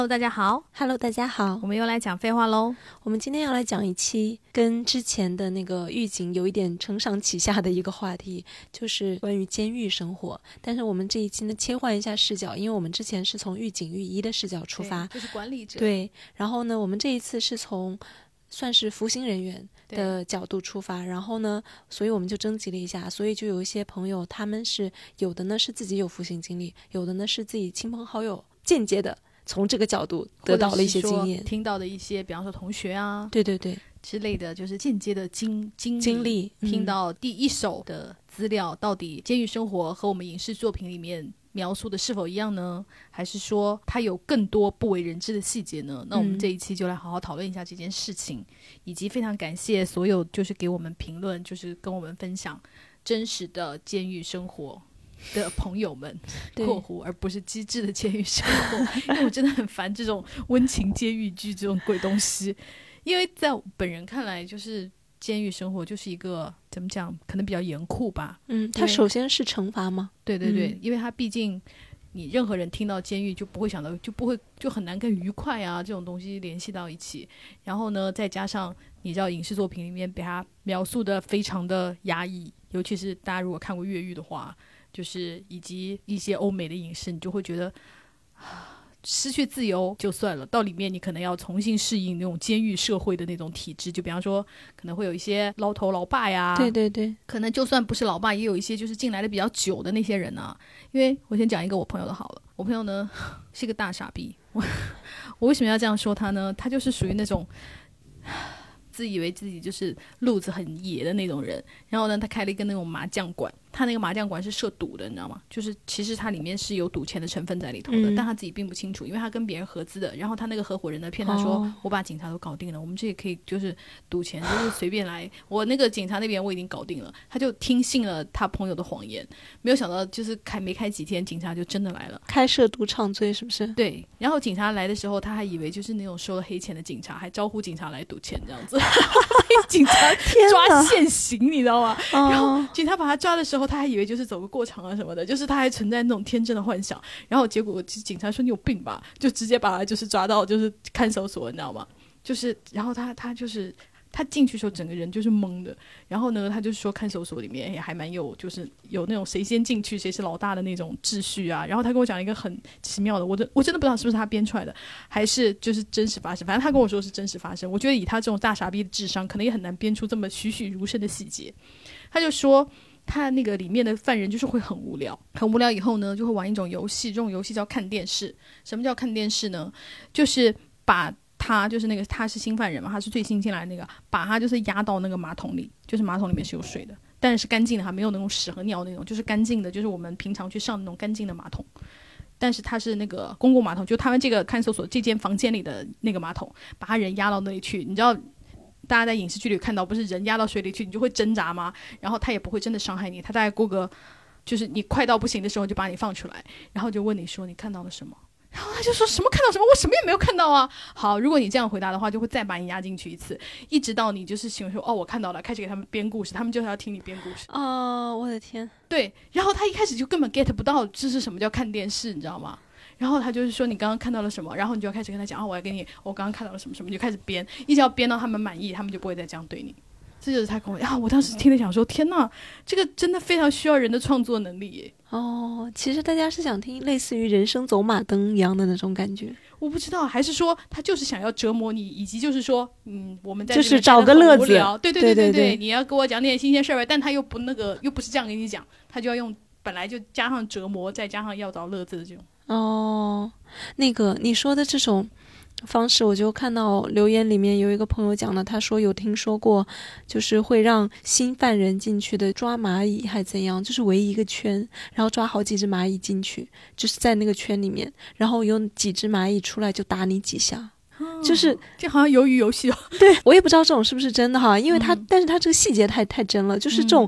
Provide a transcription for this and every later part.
Hello， 大家好。 Hello， 大家好。 我们又来讲废话喽。 我们今天要来讲一期跟之前的那个狱警有一点承上启下的一个话题，就是关于监狱生活。但是我们这一期呢，切换一下视角，因为我们之前是从狱警狱医的视角出发， 就是管理者。 对，然后呢，我们这一次是从算是服刑人员的角度出发，然后呢，所以我们就征集了一下，所以就有一些朋友，他们是有的呢是自己有服刑经历，有的呢是自己亲朋好友间接的从这个角度得到了一些经验， 听到的一些，比方说同学啊， 对对对之类的，就是间接的经历， 听到第一手的资料，到底监狱生活和我们影视作品里面描述的是否一样呢？还是说它有更多不为人知的细节呢？那我们这一期就来好好讨论一下这件事情，以及非常感谢所有就是给我们评论，就是跟我们分享真实的监狱生活的朋友们括弧而不是机智的监狱生活因为我真的很烦这种温情监狱剧这种鬼东西，因为在我本人看来就是监狱生活就是一个怎么讲，可能比较严酷吧。 它首先是惩罚吗？ 对对对，因为它毕竟你任何人听到监狱就不会想到，就很难跟愉快啊这种东西联系到一起。然后呢，再加上你知道影视作品里面被它描述的非常的压抑，尤其是大家如果看过越狱的话，就是以及一些欧美的影视，你就会觉得失去自由就算了，到里面你可能要重新适应那种监狱社会的那种体制，就比方说可能会有一些老头老爸呀， 对对对， 可能就算不是老爸也有一些就是进来的比较久的那些人啊。因为我先讲一个我朋友的好了，我朋友呢是一个大傻逼，我为什么要这样说他呢？他就是属于那种自以为自己就是路子很野的那种人，然后呢他开了一个那种麻将馆，他那个麻将馆是设赌的，你知道吗？就是其实它里面是有赌钱的成分在里头的，但他自己并不清楚，因为他跟别人合资的，然后他那个合伙人呢骗他说，我把警察都搞定了，我们这也可以就是赌钱就是随便来，我那个警察那边我已经搞定了，他就听信了他朋友的谎言，没有想到就是没开几天警察就真的来了， 开设赌场罪是不是？ 对，然后警察来的时候他还以为就是那种收了黑钱的警察，还招呼警察来赌钱这样子警察抓现行你知道吗？然后警察把他抓的时候他还以为就是走个过场啊什么的，就是他还存在那种天真的幻想，然后结果警察说你有病吧，就直接把他就是抓到就是看守所你知道吗？就是然后他就是他进去的时候整个人就是懵的，然后呢他就说看守所里面也还蛮有就是有那种谁先进去谁是老大的那种秩序啊，然后他跟我讲一个很奇妙的，我真的不知道是不是他编出来的还是就是真实发生，反正他跟我说是真实发生，我觉得以他这种大傻逼的智商可能也很难编出这么栩栩如生的细节。他就说他那个里面的犯人就是会很无聊，很无聊以后呢就会玩一种游戏，这种游戏叫看电视。什么叫看电视呢？就是把他就是那个他是新犯人嘛，他是最新进来的那个，把他就是压到那个马桶里，就是马桶里面是有水的，但是干净的，还没有那种屎和尿那种，就是干净的，就是我们平常去上那种干净的马桶，但是他是那个公共马桶，就他们这个看守所这间房间里的那个马桶，把他人压到那里去。你知道大家在影视剧里看到不是人压到水里去你就会挣扎吗？然后他也不会真的伤害你，他大概过个就是你快到不行的时候就把你放出来，然后就问你说你看到了什么，然后他就说什么看到什么，我什么也没有看到啊。好，如果你这样回答的话就会再把你压进去一次，一直到你就是喜欢说哦我看到了，开始给他们编故事，他们就是要听你编故事。 我的天， 对，然后他一开始就根本 get 不到这是什么叫看电视你知道吗？然后他就是说你刚刚看到了什么，然后你就要开始跟他讲我要给你我刚刚看到了什么什么，你就开始编，一直要编到他们满意，他们就不会再这样对你。这就是他跟我我当时听了想说天哪，这个真的非常需要人的创作能力耶。 其实大家是想听类似于人生走马灯一样的那种感觉， 我不知道，还是说他就是想要折磨你，以及就是说我们在就是找个乐子， 对对对对 对，你要给我讲点新鲜事儿，但他又不又不是这样跟你讲，他就要用本来就加上折磨再加上要找乐子的这种。 那个你说的这种方式，我就看到留言里面有一个朋友讲的，他说有听说过就是会让新犯人进去的抓蚂蚁还怎样，就是围一个圈，然后抓好几只蚂蚁进去，就是在那个圈里面，然后有几只蚂蚁出来就打你几下，就是这好像鱿鱼游戏哦。 对，我也不知道这种是不是真的哈，因为但是他这个细节太真了，就是这种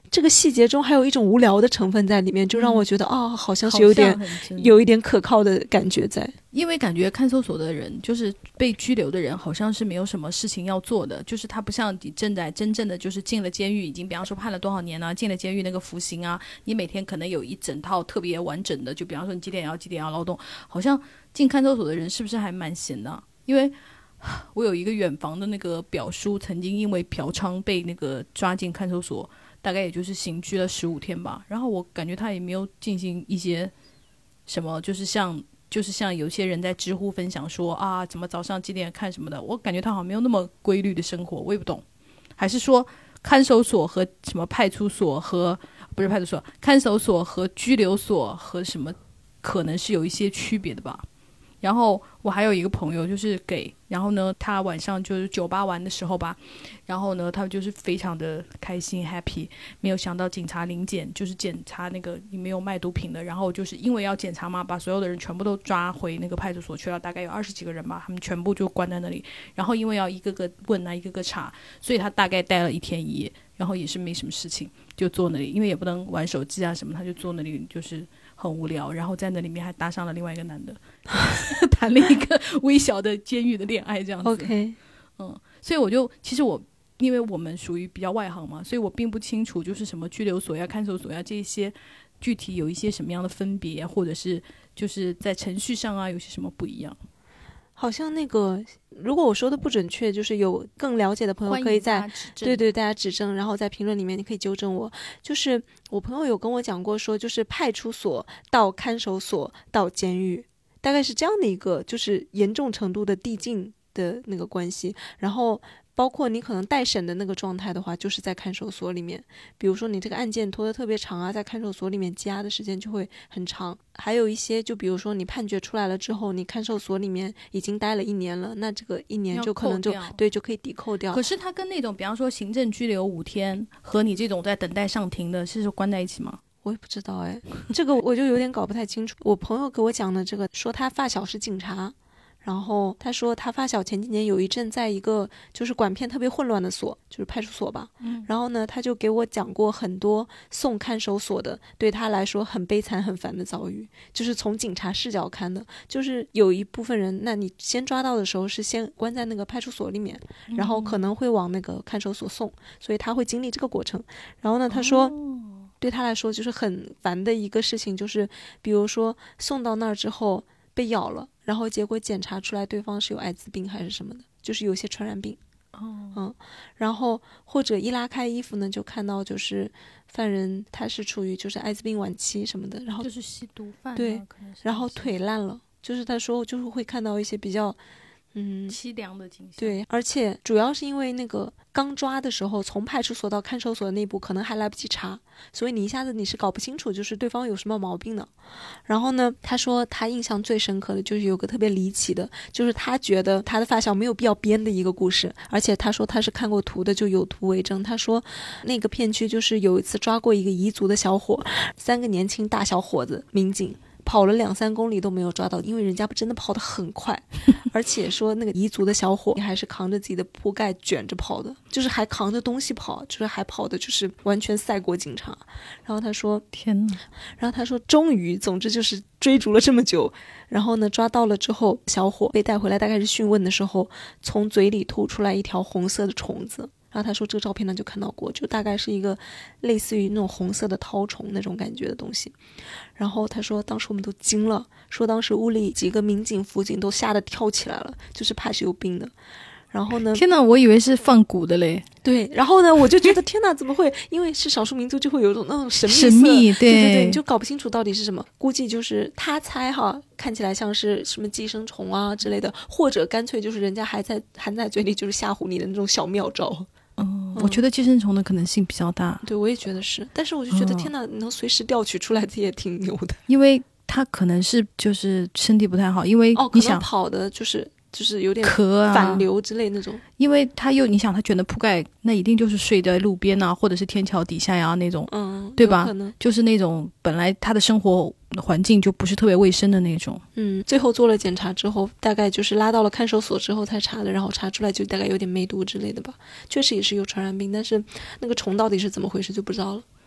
这个细节中还有一种无聊的成分在里面，就让我觉得好像是有一点可靠的感觉在。 因为感觉看守所的人，就是被拘留的人，好像是没有什么事情要做的，就是他不像你真正的就是进了监狱，已经比方说判了多少年啊，进了监狱那个服刑啊，你每天可能有一整套特别完整的，就比方说你几点要劳动，好像进看守所的人是不是还蛮闲的？因为我有一个远房的那个表叔，曾经因为嫖娼被那个抓进看守所，大概也就是刑拘了15天吧，然后我感觉他也没有进行一些什么，就是像有些人在知乎分享说啊，怎么早上几点看什么的，我感觉他好像没有那么规律的生活，我也不懂，还是说看守所和什么派出所和不是派出所，看守所和拘留所和什么可能是有一些区别的吧。然后我还有一个朋友就是gay，然后呢他晚上就是酒吧玩的时候吧，然后呢他就是非常的开心 happy， 没有想到警察临检就是检查那个你没有卖毒品的，然后就是因为要检查嘛，把所有的人全部都抓回那个派出所去了，大概有20几个人吧，他们全部就关在那里，然后因为要一个个问啊一个个查，所以他大概待了1天1夜，然后也是没什么事情就坐那里，因为也不能玩手机啊什么，他就坐那里就是很无聊，然后在那里面还搭上了另外一个男的谈了一个微小的监狱的恋爱这样子。 OK， 所以其实因为我们属于比较外行嘛，所以我并不清楚就是什么拘留所呀看守所呀这些具体有一些什么样的分别，或者是就是在程序上啊有些什么不一样。 好像那个如果我说的不准确，就是有更了解的朋友可以在大家指正，然后在评论里面你可以纠正我。就是我朋友有跟我讲过说，就是派出所到看守所到监狱大概是这样的一个就是严重程度的递进的那个关系，然后包括你可能待审的那个状态的话，就是在看守所里面，比如说你这个案件拖得特别长啊，在看守所里面积压的时间就会很长。还有一些就比如说你判决出来了之后，你看守所里面已经待了1年了，那这个1年就可能就可以抵扣掉。 可是他跟那种比方说行政拘留5天和你这种在等待上庭的是关在一起吗？ 我也不知道这个我就有点搞不太清楚。我朋友给我讲的这个，说他发小是警察，然后他说他发小前几年有一阵在一个就是管片特别混乱的所，就是派出所吧，然后呢他就给我讲过很多送看守所的对他来说很悲惨很烦的遭遇，就是从警察视角看的，就是有一部分人，那你先抓到的时候是先关在那个派出所里面，然后可能会往那个看守所送，所以他会经历这个过程。然后呢他说对他来说就是很烦的一个事情，就是比如说送到那儿之后被咬了，然后结果检查出来对方是有艾滋病还是什么的，就是有些传染病。然后或者一拉开衣服呢，就看到就是犯人他是处于就是艾滋病晚期什么的，然后就是吸毒犯， 对，然后腿烂了，就是他说就是会看到一些比较凄凉的景象。 对，而且主要是因为那个刚抓的时候，从派出所到看守所的内部可能还来不及查，所以你一下子你是搞不清楚就是对方有什么毛病的。然后呢他说他印象最深刻的就是有个特别离奇的，就是他觉得他的发小没有必要编的一个故事，而且他说他是看过图的，就有图为证。他说那个片区就是有一次抓过一个彝族的小伙，3个年轻大小伙子民警跑了2-3公里都没有抓到，因为人家真的跑得很快而且说那个彝族的小伙还是扛着自己的铺盖卷着跑的，就是还扛着东西跑，就是还跑的就是完全赛过警察。然后他说天哪， 然后他说终于总之就是追逐了这么久，然后呢抓到了之后，小伙被带回来大概是讯问的时候，从嘴里吐出来一条红色的虫子。然后他说这个照片呢就看到过，就大概是一个类似于那种红色的绦虫那种感觉的东西。然后他说当时我们都惊了，说当时屋里几个民警辅警都吓得跳起来了，就是怕是有病的。然后呢天哪，我以为是放蛊的嘞。 对，然后呢我就觉得天哪怎么会，因为是少数民族就会有一种那种神秘对对对，你就搞不清楚到底是什么。估计就是他猜哈，看起来像是什么寄生虫啊之类的，或者干脆就是人家含在嘴里就是吓唬你的那种小妙招。 我觉得寄生虫的可能性比较大。 对，我也觉得是，但是我就觉得天哪，能随时调取出来这也挺牛的。 因为他可能是就是身体不太好，因为你想跑的就是有点咳啊反流之类那种。 因为你想他卷的铺盖，那一定就是睡在路边啊，或者是天桥底下呀那种，对吧？就是那种本来他的生活环境就不是特别卫生的那种。 最后做了检查之后，大概就是拉到了看守所之后才查的，然后查出来就大概有点梅毒之类的吧，确实也是有传染病，但是那个虫到底是怎么回事就不知道了。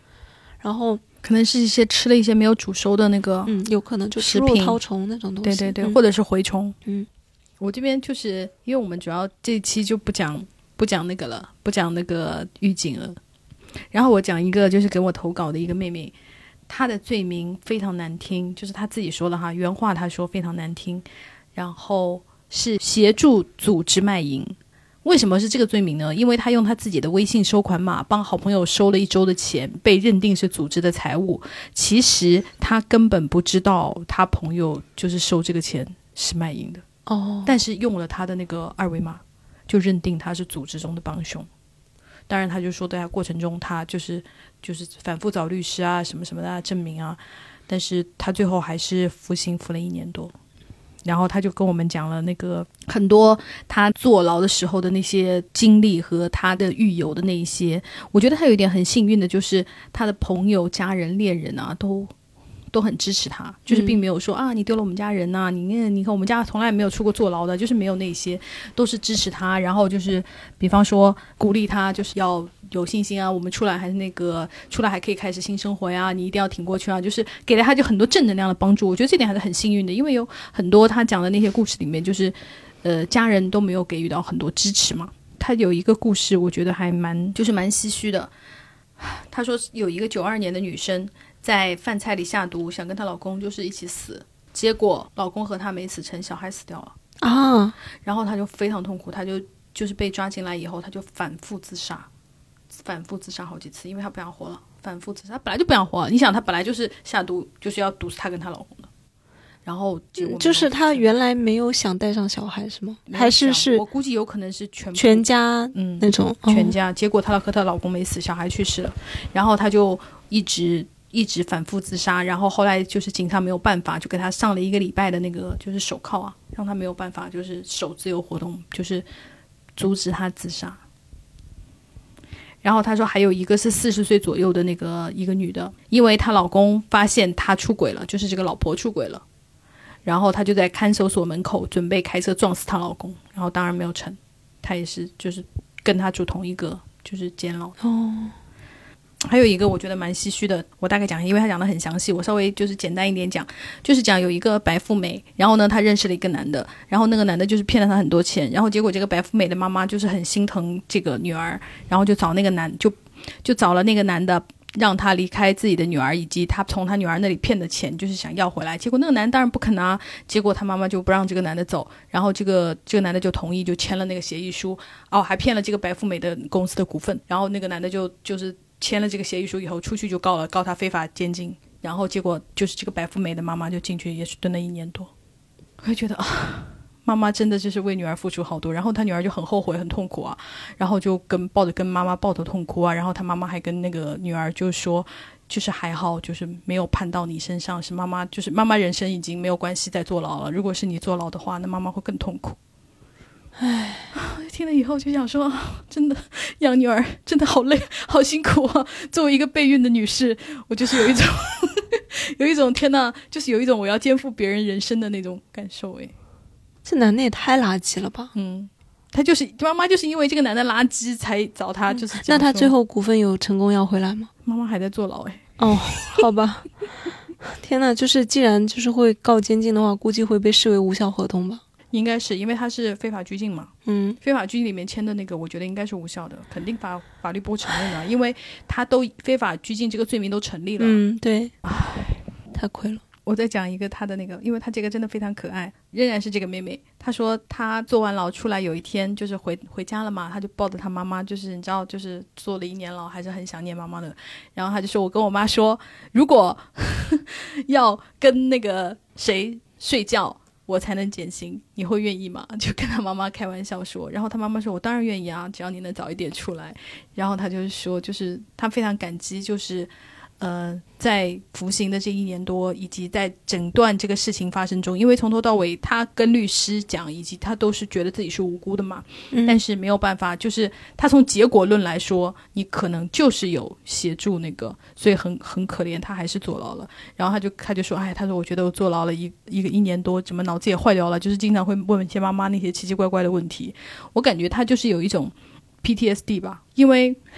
然后可能是一些吃了一些没有煮熟的那个有可能就吃肉绦虫那种东西， 对对对，或者是蛔虫。 我这边就是因为我们主要这一期就不讲那个了，不讲那个狱警了，然后我讲一个就是给我投稿的一个妹妹，她的罪名非常难听，就是她自己说的哈，原话她说非常难听，然后是协助组织卖淫。为什么是这个罪名呢？因为他用他自己的微信收款码帮好朋友收了1周的钱，被认定是组织的财物。其实他根本不知道他朋友就是收这个钱是卖淫的但是用了他的那个二维码，就认定他是组织中的帮凶。当然他就说在过程中他就是反复找律师啊什么什么的证明啊，但是他最后还是服刑服了1年多。然后他就跟我们讲了那个很多他坐牢的时候的那些经历和他的狱友的那一些。我觉得他有一点很幸运的，就是他的朋友家人恋人啊都很支持他，就是并没有说啊你丢了我们家人啊，你看我们家从来没有出过坐牢的，就是没有那些，都是支持他，然后就是比方说鼓励他就是要有信心啊，我们出来还是那个出来还可以开始新生活呀，你一定要挺过去啊，就是给了他就很多正能量的帮助。我觉得这点还是很幸运的，因为有很多他讲的那些故事里面就是家人都没有给予到很多支持嘛。他有一个故事我觉得还蛮唏嘘的，他说有一个92年的女生在饭菜里下毒，想跟她老公就是一起死，结果老公和她没死成，小孩死掉了啊，然后她就非常痛苦，她就是被抓进来以后，她就反复自杀好几次，因为她不想活了，反复自杀，本来就不想活了。你想她本来就是下毒，就是要毒死她跟她老公的，然后就是她原来没有想带上小孩是吗？还是我估计有可能是全家那种全家，结果她和她老公没死，小孩去世了，然后她就一直反复自杀，然后后来就是警察没有办法，就给他上了1个礼拜的那个就是手铐啊，让他没有办法就是手自由活动，就是阻止他自杀。然后他说还有一个是40岁左右的那个一个女的，因为她老公发现她出轨了，就是这个老婆出轨了，然后她就在看守所门口准备开车撞死她老公，然后当然没有成，她也是就是跟她住同一个就是监牢。还有一个我觉得蛮唏嘘的，我大概讲，因为他讲得很详细，我稍微就是简单一点讲，就是讲有一个白富美，然后呢她认识了一个男的，然后那个男的就是骗了她很多钱，然后结果这个白富美的妈妈就是很心疼这个女儿，然后就找那个就找了那个男的，让他离开自己的女儿以及他从他女儿那里骗的钱，就是想要回来。结果那个男的当然不肯啊，结果他妈妈就不让这个男的走，然后这个男的就同意，就签了那个协议书，还骗了这个白富美的公司的股份，然后那个男的就是签了这个协议书以后出去就告他非法监禁，然后结果就是这个白富美的妈妈就进去也是蹲了1年多。我就觉得妈妈真的就是为女儿付出好多，然后她女儿就很后悔很痛苦啊，然后就跟妈妈抱头痛哭啊，然后她妈妈还跟那个女儿就说就是还好就是没有判到你身上，是妈妈人生已经没有关系再坐牢了，如果是你坐牢的话那妈妈会更痛苦。唉，听了以后就想说真的养女儿真的好累好辛苦啊。作为一个备孕的女士，我就是有一种天哪，就是有一种我要肩负别人人生的那种感受。 这男的也太垃圾了吧。 他就是妈妈就是因为这个男的垃圾才找他就是那他最后股份有成功要回来吗？ 妈妈还在坐牢。 好吧。天哪，就是既然就是会告监禁的话，估计会被视为无效合同吧。 应该是因为他是非法拘禁嘛，非法拘禁里面签的那个我觉得应该是无效的，肯定法律不会承认的，因为他都非法拘禁这个罪名都成立了。 对，太亏了。 我再讲一个他的那个，因为他这个真的非常可爱，仍然是这个妹妹。她说她坐完牢出来有一天就是回家了嘛，她就抱着她妈妈，就是你知道就是坐了1年牢还是很想念妈妈的，然后她就说我跟我妈说如果要跟那个谁睡觉我才能减刑，你会愿意吗？就跟他妈妈开玩笑说，然后他妈妈说我当然愿意啊，只要你能早一点出来。然后他就是说就是他非常感激，就是在服刑的这1年多以及在整段这个事情发生中，因为从头到尾他跟律师讲以及他都是觉得自己是无辜的嘛，但是没有办法，就是他从结果论来说你可能就是有协助那个，所以很可怜，他还是坐牢了。然后他就说他说我觉得我坐牢了一年多怎么脑子也坏掉了，就是经常会问一些妈妈那些奇奇怪怪的问题。我感觉他就是有一种 PTSD 吧，因为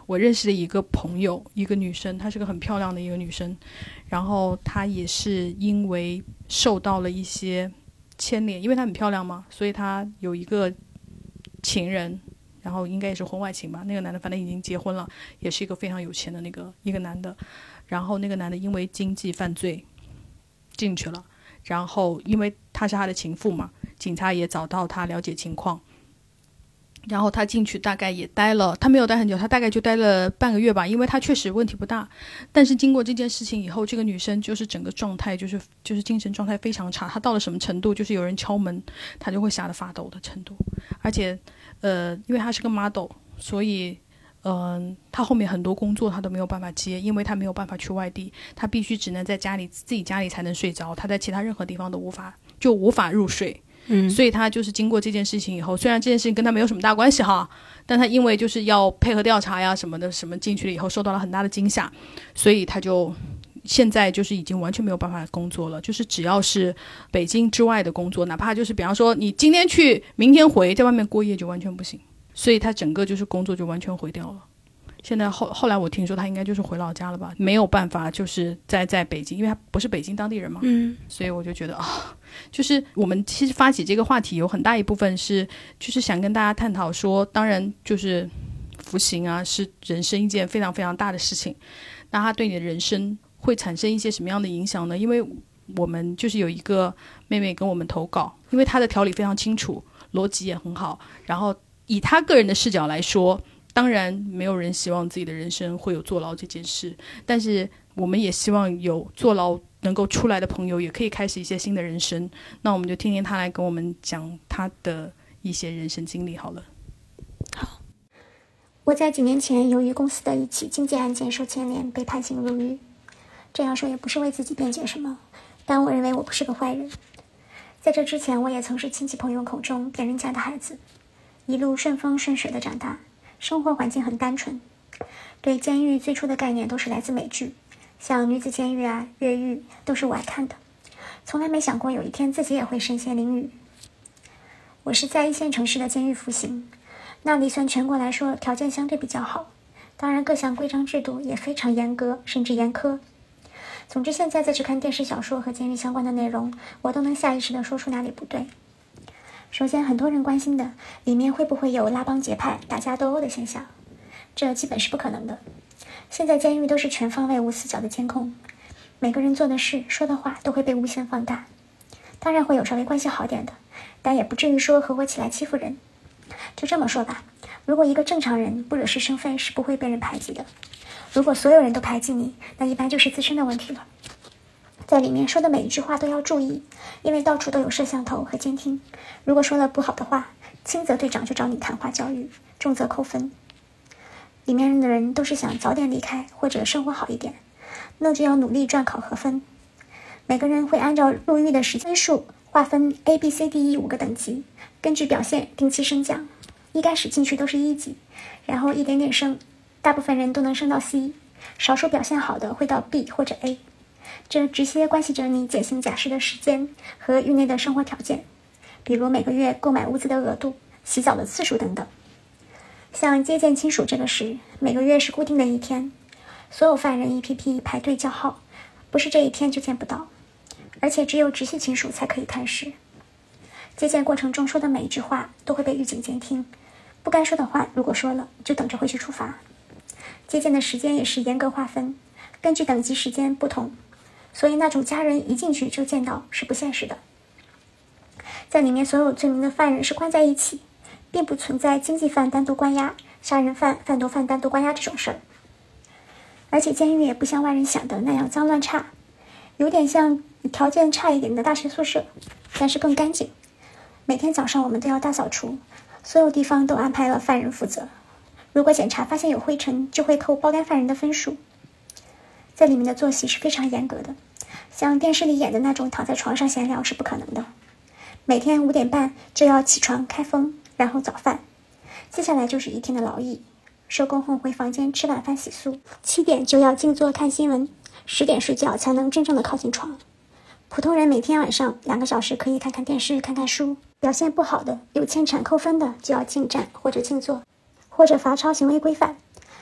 我认识的一个朋友，一个女生，她是个很漂亮的一个女生，然后她也是因为受到了一些牵连，因为她很漂亮嘛，所以她有一个情人，然后应该也是婚外情吧，那个男的反正已经结婚了，也是一个非常有钱的一个男的，然后那个男的因为经济犯罪进去了，然后因为他是他的情妇嘛，警察也找到他了解情况，然后他进去大概也待了，他没有待很久，他大概就待了半个月吧，因为他确实问题不大，但是经过这件事情以后，这个女生就是整个状态就是精神状态非常差，她到了什么程度，就是有人敲门她就会吓得发抖的程度，而且因为她是个 model， 所以她后面很多工作她都没有办法接，因为她没有办法去外地，她必须只能在自己家里才能睡着，她在其他任何地方都无法入睡。所以他就是经过这件事情以后，虽然这件事情跟他没有什么大关系哈，但他因为就是要配合调查呀什么的，什么进去了以后受到了很大的惊吓，所以他就现在就是已经完全没有办法工作了，就是只要是北京之外的工作，哪怕就是比方说你今天去明天回，在外面过夜就完全不行，所以他整个就是工作就完全毁掉了。现在后来我听说他应该就是回老家了吧，没有办法就是在北京，因为他不是北京当地人嘛，所以我就觉得就是我们其实发起这个话题有很大一部分是就是想跟大家探讨说，当然就是服刑啊是人生一件非常非常大的事情，那它对你的人生会产生一些什么样的影响呢？因为我们就是有一个妹妹跟我们投稿，因为她的条理非常清楚，逻辑也很好，然后以她个人的视角来说，当然没有人希望自己的人生会有坐牢这件事，但是我们也希望有坐牢能够出来的朋友也可以开始一些新的人生，那我们就听听他来跟我们讲他的一些人生经历好了。 好，我在几年前由于公司的一起经济案件受牵连，被判刑入狱。这样说也不是为自己辩解什么，但我认为我不是个坏人。在这之前，我也曾是亲戚朋友口中别人家的孩子，一路顺风顺水的长大，生活环境很单纯。对监狱最初的概念都是来自美剧，像女子监狱啊、越狱都是我爱看的，从来没想过有一天自己也会身陷囹圄。我是在一线城市的监狱服刑，那里算全国来说条件相对比较好，当然各项规章制度也非常严格，甚至严苛。总之现在再去看电视小说和监狱相关的内容，我都能下意识地说出哪里不对。首先很多人关心的，里面会不会有拉帮结派、打架斗殴的现象，这基本是不可能的。现在监狱都是全方位无死角的监控，每个人做的事说的话都会被无限放大，当然会有稍微关系好点的，但也不至于说合伙起来欺负人。就这么说吧，如果一个正常人不惹是生非是不会被人排挤的，如果所有人都排挤你，那一般就是自身的问题了。在里面说的每一句话都要注意，因为到处都有摄像头和监听，如果说了不好的话，轻则队长就找你谈话教育，重则扣分。里面的人都是想早点离开或者生活好一点，那就要努力赚考核分。每个人会按照入狱的时间数划分 A、B、C、D、E 5个等级，根据表现定期升降。一开始进去都是1级，然后一点点升，大部分人都能升到 C， 少数表现好的会到 B 或者 A。这直接关系着你减刑假释的时间和狱内的生活条件，比如每个月购买物资的额度、洗澡的次数等等。像接见亲属这个事，每个月是固定的一天，所有犯人一批批排队叫号，不是这一天就见不到，而且只有直系亲属才可以探视。接见过程中说的每一句话都会被狱警监听，不该说的话如果说了，就等着回去处罚。接见的时间也是严格划分，根据等级时间不同，所以那种家人一进去就见到是不现实的。在里面所有罪名的犯人是关在一起，并不存在经济犯单独关押、杀人犯、贩毒犯单独关押这种事儿。而且监狱也不像外人想的那样脏乱差，有点像条件差一点的大学宿舍，但是更干净。每天早上我们都要大扫除，所有地方都安排了犯人负责。如果检查发现有灰尘，就会扣包干犯人的分数。在里面的作息是非常严格的，像电视里演的那种躺在床上闲聊是不可能的。每天5点半就要起床开封，然后早饭，接下来就是一天的劳役。收工后回房间吃晚饭洗漱，7点就要静坐看新闻，10点睡觉才能真正的靠近床。普通人每天晚上2个小时可以看看电视看看书，表现不好的有欠产扣分的就要静站或者静坐，或者罚抄行为规范。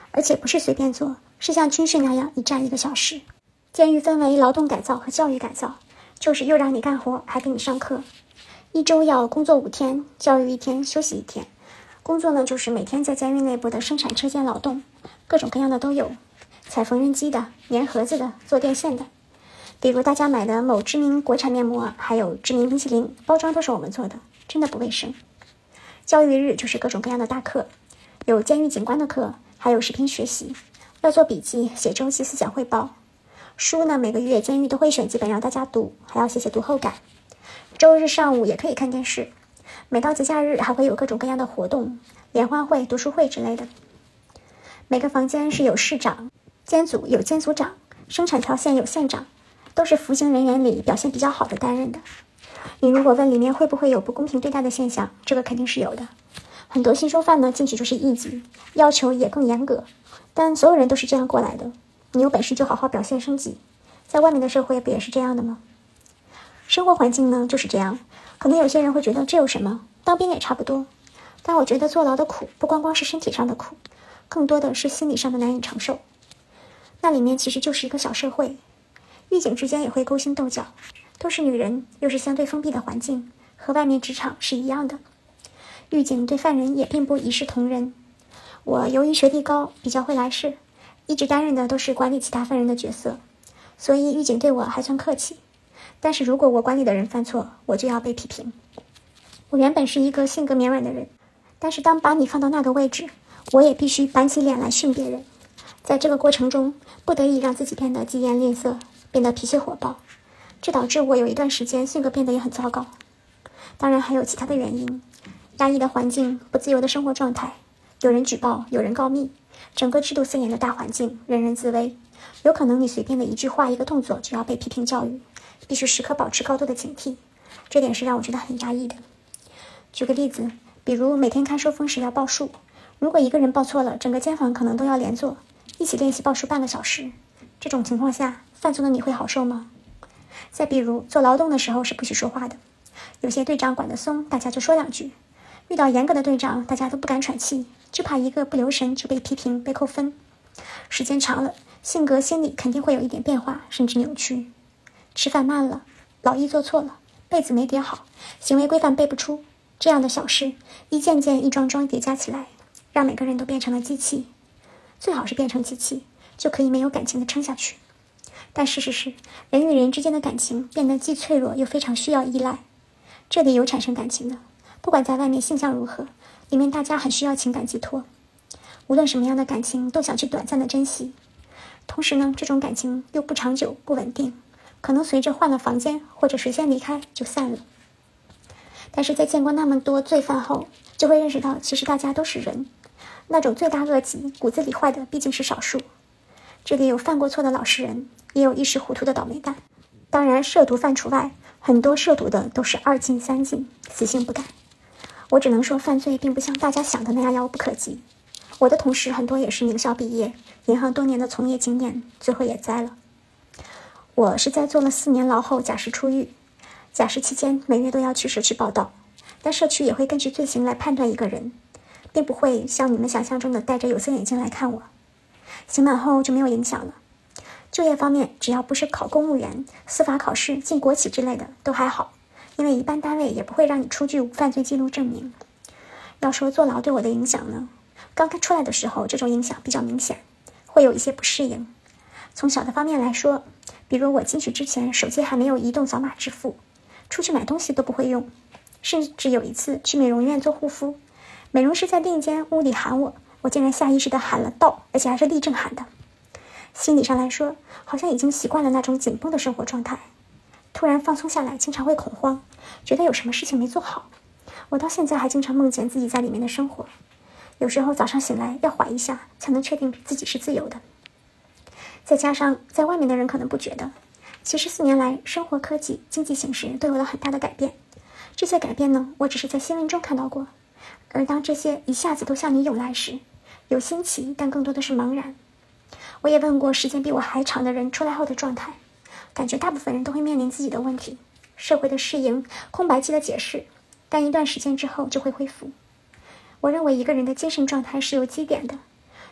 而且不是随便做，是像军训那样一站1个小时。监狱分为劳动改造和教育改造，就是又让你干活还给你上课。1周要工作5天，教育1天，休息1天。工作呢，就是每天在监狱内部的生产车间劳动，各种各样的都有，踩缝纫机的，粘盒子的，做电线的。比如大家买的某知名国产面膜，还有知名冰淇淋，包装都是我们做的，真的不卫生。教育日就是各种各样的大课，有监狱警官的课，还有视频学习，要做笔记，写周期思想汇报。书呢，每个月监狱都会选几本让大家读，还要写读后感。周日上午也可以看电视，每到节假日还会有各种各样的活动，联欢会、读书会之类的。每个房间是有室长，监组有监组长，生产条线有线长，都是服刑人员里表现比较好的担任的。你如果问里面会不会有不公平对待的现象，这个肯定是有的。很多新收犯呢进去就是1级，要求也更严格，但所有人都是这样过来的。你有本事就好好表现升级，在外面的社会不也是这样的吗？生活环境呢就是这样，可能有些人会觉得这有什么，当兵也差不多。但我觉得坐牢的苦不光光是身体上的苦，更多的是心理上的难以承受。那里面其实就是一个小社会，狱警之间也会勾心斗角，都是女人，又是相对封闭的环境，和外面职场是一样的。狱警对犯人也并不一视同仁。我由于学历高，比较会来事，一直担任的都是管理其他犯人的角色，所以狱警对我还算客气。但是如果我管理的人犯错，我就要被批评。我原本是一个性格绵软的人，但是当把你放到那个位置，我也必须板起脸来训别人。在这个过程中，不得已让自己变得疾言吝啬，变得脾气火爆，这导致我有一段时间性格变得也很糟糕。当然还有其他的原因，压抑的环境，不自由的生活状态，有人举报，有人告密，整个制度森严的大环境，人人自危，有可能你随便的一句话一个动作就要被批评教育，必须时刻保持高度的警惕，这点是让我觉得很压抑的。举个例子，比如每天看收风时要报数，如果一个人报错了，整个监房可能都要连坐，一起练习报数半个小时。这种情况下，犯错的你会好受吗？再比如做劳动的时候是不许说话的，有些队长管得松，大家就说2句，遇到严格的队长，大家都不敢喘气，就怕一个不留神就被批评被扣分。时间长了，性格心理肯定会有一点变化，甚至扭曲。吃饭慢了，老一做错了，被子没叠好，行为规范背不出，这样的小事一件件一桩桩叠加起来，让每个人都变成了机器。最好是变成机器，就可以没有感情的撑下去。但事实是，人与人之间的感情变得既脆弱又非常需要依赖。这里有产生感情的，不管在外面性向如何，里面大家很需要情感寄托。无论什么样的感情都想去短暂的珍惜，同时呢，这种感情又不长久不稳定，可能随着换了房间或者谁先离开就散了。但是在见过那么多罪犯后，就会认识到其实大家都是人，那种罪大恶极骨子里坏的毕竟是少数。这里有犯过错的老实人，也有一时糊涂的倒霉蛋，当然涉毒犯除外，很多涉毒的都是2进3进，死性不改。我只能说犯罪并不像大家想的那样遥不可及，我的同事很多也是名校毕业，银行多年的从业经验，最后也栽了。我是在坐了4年牢后假释出狱，假释期间每月都要去社区报到，但社区也会根据罪行来判断一个人，并不会像你们想象中的戴着有色眼镜来看我。刑满后就没有影响了。就业方面，只要不是考公务员、司法考试、进国企之类的都还好，因为一般单位也不会让你出具无犯罪记录证明。要说坐牢对我的影响呢，刚刚出来的时候这种影响比较明显，会有一些不适应。从小的方面来说，比如我进去之前手机还没有移动扫码支付，出去买东西都不会用，甚至有一次去美容院做护肤，美容师在另一间屋里喊我竟然下意识地喊了到，而且还是立正喊的。心理上来说，好像已经习惯了那种紧绷的生活状态，突然放松下来经常会恐慌，觉得有什么事情没做好。我到现在还经常梦见自己在里面的生活，有时候早上醒来要缓一下才能确定自己是自由的。再加上在外面的人可能不觉得，其实4年来生活科技经济形势都有了很大的改变，这些改变呢，我只是在新闻中看到过，而当这些一下子都向你涌来时，有新奇，但更多的是茫然。我也问过时间比我还长的人出来后的状态，感觉大部分人都会面临自己的问题，社会的适应，空白期的解释，但一段时间之后就会恢复。我认为一个人的精神状态是有基点的，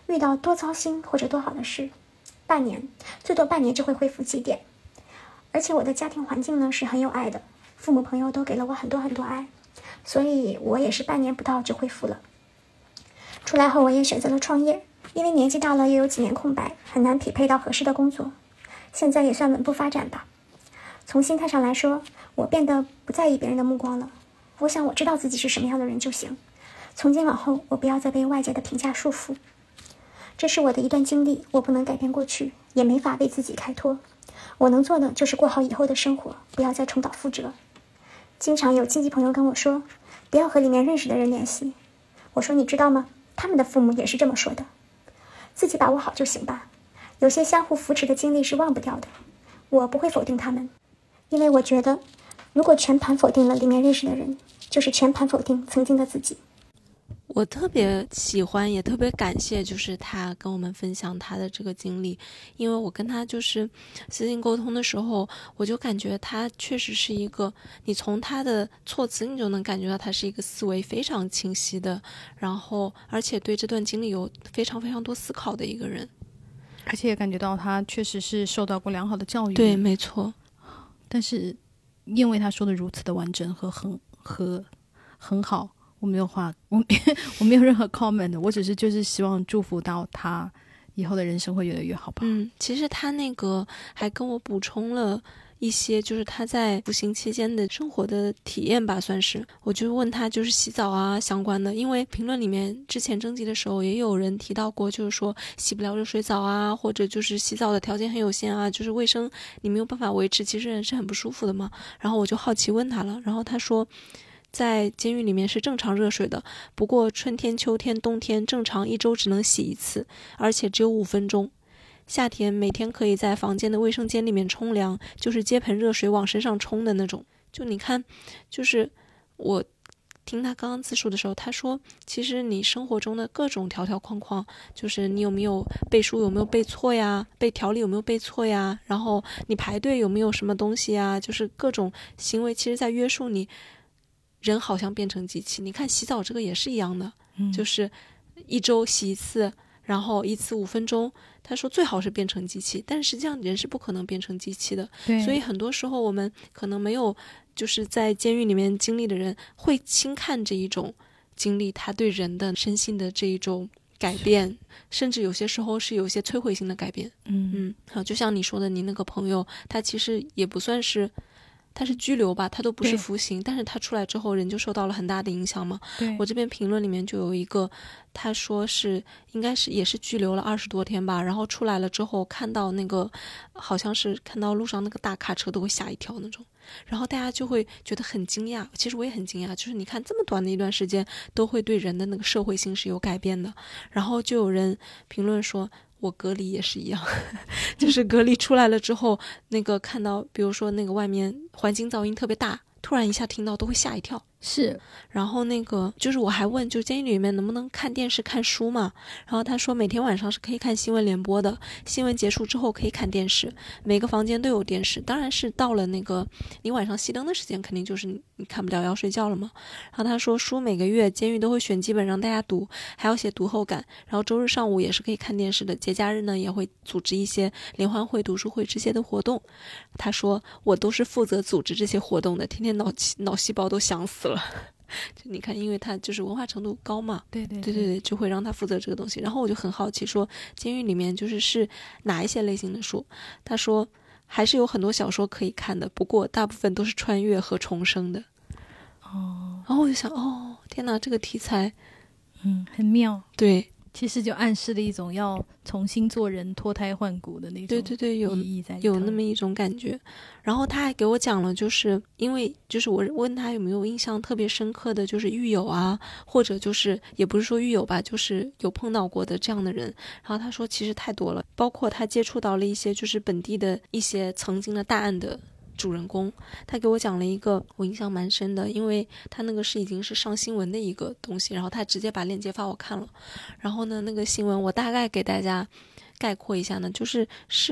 遇到多糟心或者多好的事，半年，最多半年就会恢复几点。而且我的家庭环境呢是很有爱的，父母朋友都给了我很多很多爱，所以我也是半年不到就恢复了。出来后我也选择了创业，因为年纪大了也有几年空白，很难匹配到合适的工作，现在也算稳步发展吧。从心态上来说，我变得不在意别人的目光了，我想我知道自己是什么样的人就行，从今往后我不要再被外界的评价束缚。这是我的一段经历，我不能改变过去，也没法为自己开脱，我能做的就是过好以后的生活，不要再重蹈覆辙。经常有亲戚朋友跟我说，不要和里面认识的人联系，我说你知道吗，他们的父母也是这么说的，自己把握好就行吧，有些相互扶持的经历是忘不掉的。我不会否定他们，因为我觉得如果全盘否定了里面认识的人，就是全盘否定曾经的自己。 我特别喜欢也特别感谢就是他跟我们分享他的这个经历，因为我跟他就是私信沟通的时候，我就感觉他确实是一个，你从他的措辞你就能感觉到他是一个思维非常清晰的，然后而且对这段经历有非常非常多思考的一个人， 而且也感觉到他确实是受到过良好的教育。 对，没错。 但是因为他说的如此的完整和很好，我没有话，我没有任何 comment， 我只是就是希望祝福到他以后的人生会越来越好吧。 其实他那个还跟我补充了一些就是他在服刑期间的生活的体验吧，算是。我就问他就是洗澡啊相关的，因为评论里面之前征集的时候也有人提到过，就是说洗不了热水澡啊，或者就是洗澡的条件很有限啊，就是卫生你没有办法维持，其实人是很不舒服的嘛。然后我就好奇问他了，然后他说在监狱里面是正常热水的，不过春天、秋天、冬天正常一周只能洗一次，而且只有5分钟。夏天每天可以在房间的卫生间里面冲凉，就是接盆热水往身上冲的那种。就你看，就是我听他刚刚自述的时候，他说其实你生活中的各种条条框框，就是你有没有背书有没有背错呀，背条理有没有背错呀，然后你排队有没有什么东西呀，就是各种行为其实在约束你。人好像变成机器，你看洗澡这个也是一样的，就是一周洗一次，然后一次5分钟，他说最好是变成机器，但是实际上人是不可能变成机器的。所以很多时候我们可能没有就是在监狱里面经历的人会轻看这一种经历，他对人的身心的这一种改变，甚至有些时候是有些摧毁性的改变。就像你说的，你那个朋友他其实也不算是他是拘留吧，他都不是服刑，但是他出来之后人就受到了很大的影响嘛。我这边评论里面就有一个，他说是应该是也是拘留了20多天吧，然后出来了之后看到那个好像是看到路上那个大卡车都会吓一跳那种，然后大家就会觉得很惊讶，其实我也很惊讶，就是你看这么短的一段时间都会对人的那个社会性是有改变的。然后就有人评论说我隔离也是一样就是隔离出来了之后，那个看到比如说那个外面环境噪音特别大，突然一下听到都会吓一跳。 是， 然后那个就是我还问，就是监狱里面能不能看电视看书嘛？然后他说每天晚上是可以看新闻联播的，新闻结束之后可以看电视，每个房间都有电视，当然是到了那个你晚上熄灯的时间，肯定就是你看不了要睡觉了嘛。然后他说书每个月监狱都会选几本让大家读，还要写读后感，然后周日上午也是可以看电视的，节假日呢也会组织一些联欢会、读书会这些的活动。他说我都是负责组织这些活动的，天天脑细胞都想死了。就你看，因为他就是文化程度高嘛，对，就会让他负责这个东西。然后我就很好奇说，监狱里面是哪一些类型的书？他说还是有很多小说可以看的，不过大部分都是穿越和重生的。然后我就想，天哪，这个题材， 很妙。 对。 其实就暗示了一种要重新做人、脱胎换骨的那种对， 意义在里头， 有那么一种感觉。然后他还给我讲了，就是因为就是我问他有没有印象特别深刻的就是狱友啊，或者就是也不是说狱友吧，就是有碰到过的这样的人。然后他说其实太多了，包括他接触到了一些就是本地的一些曾经的大案的主人公，他给我讲了一个我印象蛮深的，因为他那个是已经是上新闻的一个东西，然后他直接把链接发我看了。然后呢，那个新闻我大概给大家概括一下呢，是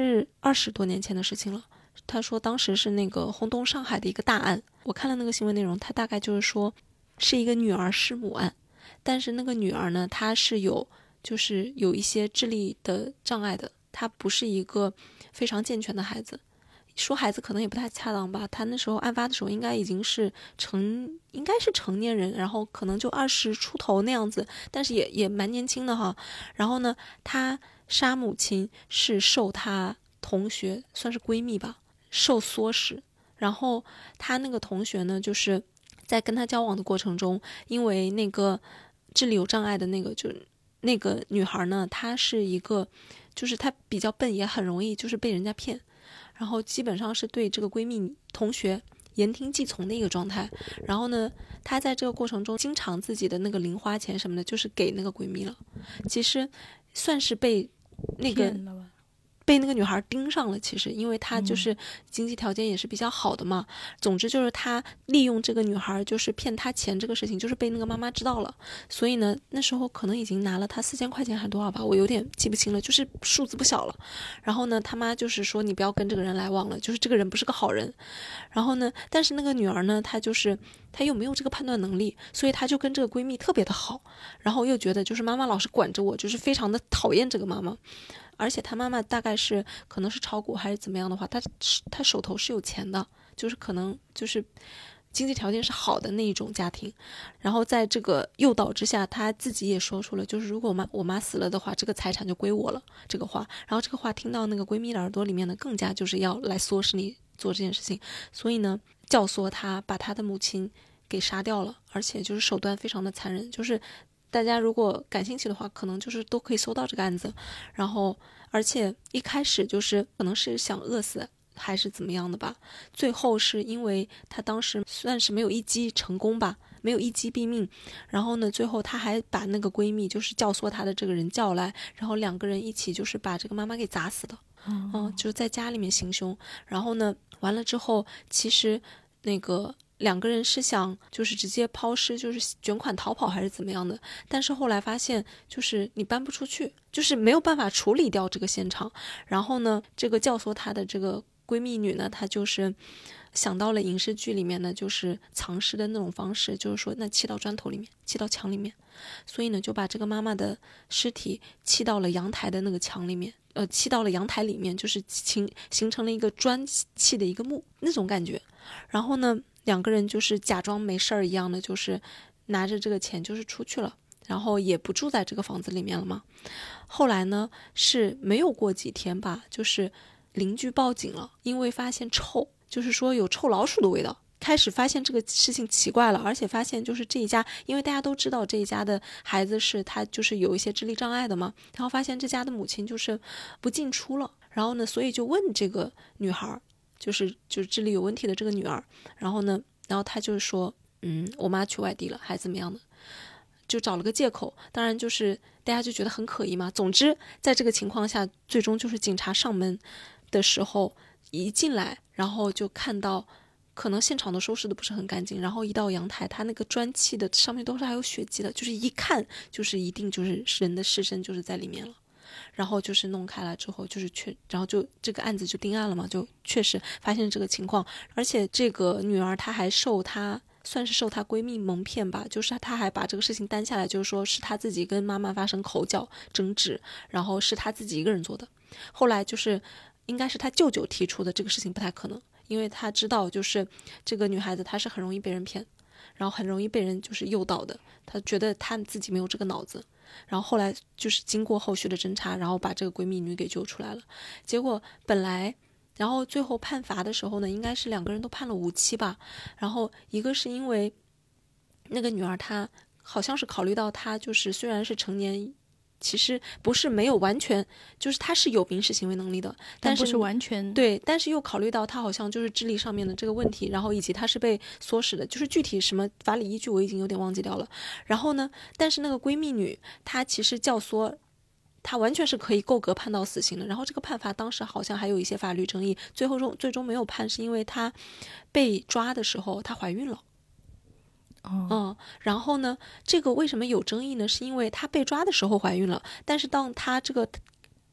20多年前的事情了。他说当时是那个轰动上海的一个大案，我看了那个新闻内容，他大概就是说是一个女儿弑母案，但是那个女儿呢，她是有就是有一些智力的障碍的，他不是一个非常健全的孩子。说孩子可能也不太恰当吧，他那时候案发的时候应该是成年人，然后可能就20出头那样子，但是也蛮年轻的哈。然后呢，他杀母亲是受他同学算是闺蜜吧受唆使，然后他那个同学呢，就是在跟他交往的过程中，因为那个智力有障碍的那个女孩呢，她是一个就是她比较笨，也很容易就是被人家骗，然后基本上是对这个闺蜜同学言听计从的一个状态。然后呢，她在这个过程中经常自己的那个零花钱什么的就是给那个闺蜜了，其实算是被那个女孩盯上了，其实因为她就是经济条件也是比较好的嘛。总之就是她利用这个女孩就是骗她钱这个事情，就是被那个妈妈知道了，所以呢那时候可能已经拿了她4000块钱还多少吧，我有点记不清了，就是数字不小了。然后呢他妈就是说你不要跟这个人来往了，就是这个人不是个好人。然后呢但是那个女儿呢，她又没有这个判断能力，所以她就跟这个闺蜜特别的好，然后又觉得就是妈妈老是管着我，就是非常的讨厌这个妈妈。而且他妈妈大概是可能是炒股还是怎么样的话，他手头是有钱的，就是可能就是经济条件是好的那一种家庭。然后在这个诱导之下，他自己也说出了就是如果我妈死了的话，这个财产就归我了这个话。然后这个话听到那个闺蜜的耳朵里面呢，更加就是要来唆使你做这件事情，所以呢教唆他把他的母亲给杀掉了，而且就是手段非常的残忍，就是大家如果感兴趣的话，可能就是都可以搜到这个案子。然后而且一开始就是可能是想饿死还是怎么样的吧，最后是因为他当时算是没有一击成功吧，没有一击毙命。然后呢最后他还把那个闺蜜就是教唆他的这个人叫来，然后2个人一起就是把这个妈妈给砸死的。就是在家里面行凶。然后呢完了之后，其实那个2个人是想就是直接抛尸，就是卷款逃跑还是怎么样的，但是后来发现就是你搬不出去，就是没有办法处理掉这个现场。然后呢这个教唆她的这个闺蜜女呢，她就是想到了影视剧里面的就是藏尸的那种方式，就是说那砌到砖头里面，砌到墙里面，所以呢就把这个妈妈的尸体砌到了阳台的那个墙里面，砌到了阳台里面，就是形成了一个砖砌的一个墓那种感觉。然后呢2个人就是假装没事儿一样的，就是拿着这个钱就是出去了，然后也不住在这个房子里面了嘛。后来呢是没有过几天吧，就是邻居报警了，因为发现臭，就是说有臭老鼠的味道。开始发现这个事情奇怪了，而且发现就是这一家，因为大家都知道这一家的孩子是他就是有一些智力障碍的嘛，然后发现这家的母亲就是不进出了。然后呢所以就问这个女孩，就是智力有问题的这个女儿，然后她就是说我妈去外地了还怎么样的，就找了个借口。当然就是大家就觉得很可疑嘛。总之在这个情况下，最终就是警察上门的时候一进来，然后就看到可能现场都收拾的不是很干净，然后一到阳台，它那个砖砌的上面都是还有血迹的，就是一看就是一定就是人的尸身就是在里面了。然后就是弄开了之后，就是然后就这个案子就定案了嘛，就确实发现这个情况。而且这个女儿她还算是受她闺蜜蒙骗吧，就是她还把这个事情担下来，就是说是她自己跟妈妈发生口角争执，然后是她自己一个人做的。后来就是应该是她舅舅提出的，这个事情不太可能，因为他知道就是这个女孩子她是很容易被人骗，然后很容易被人就是诱导的，她觉得她自己没有这个脑子。然后后来就是经过后续的侦查，然后把这个闺蜜女给救出来了。结果然后最后判罚的时候呢，应该是2个人都判了无期吧。然后一个是因为那个女儿她好像是考虑到她就是虽然是成年，其实不是没有完全，就是他是有民事行为能力的，但是不是完全对，但是又考虑到他好像就是智力上面的这个问题，然后以及他是被唆使的，就是具体什么法理依据我已经有点忘记掉了。然后呢但是那个闺蜜女她其实教唆她完全是可以够格判到死刑的。然后这个判罚当时好像还有一些法律争议，最终没有判，是因为她被抓的时候她怀孕了。然后呢这个为什么有争议呢，是因为她被抓的时候怀孕了，但是当她这个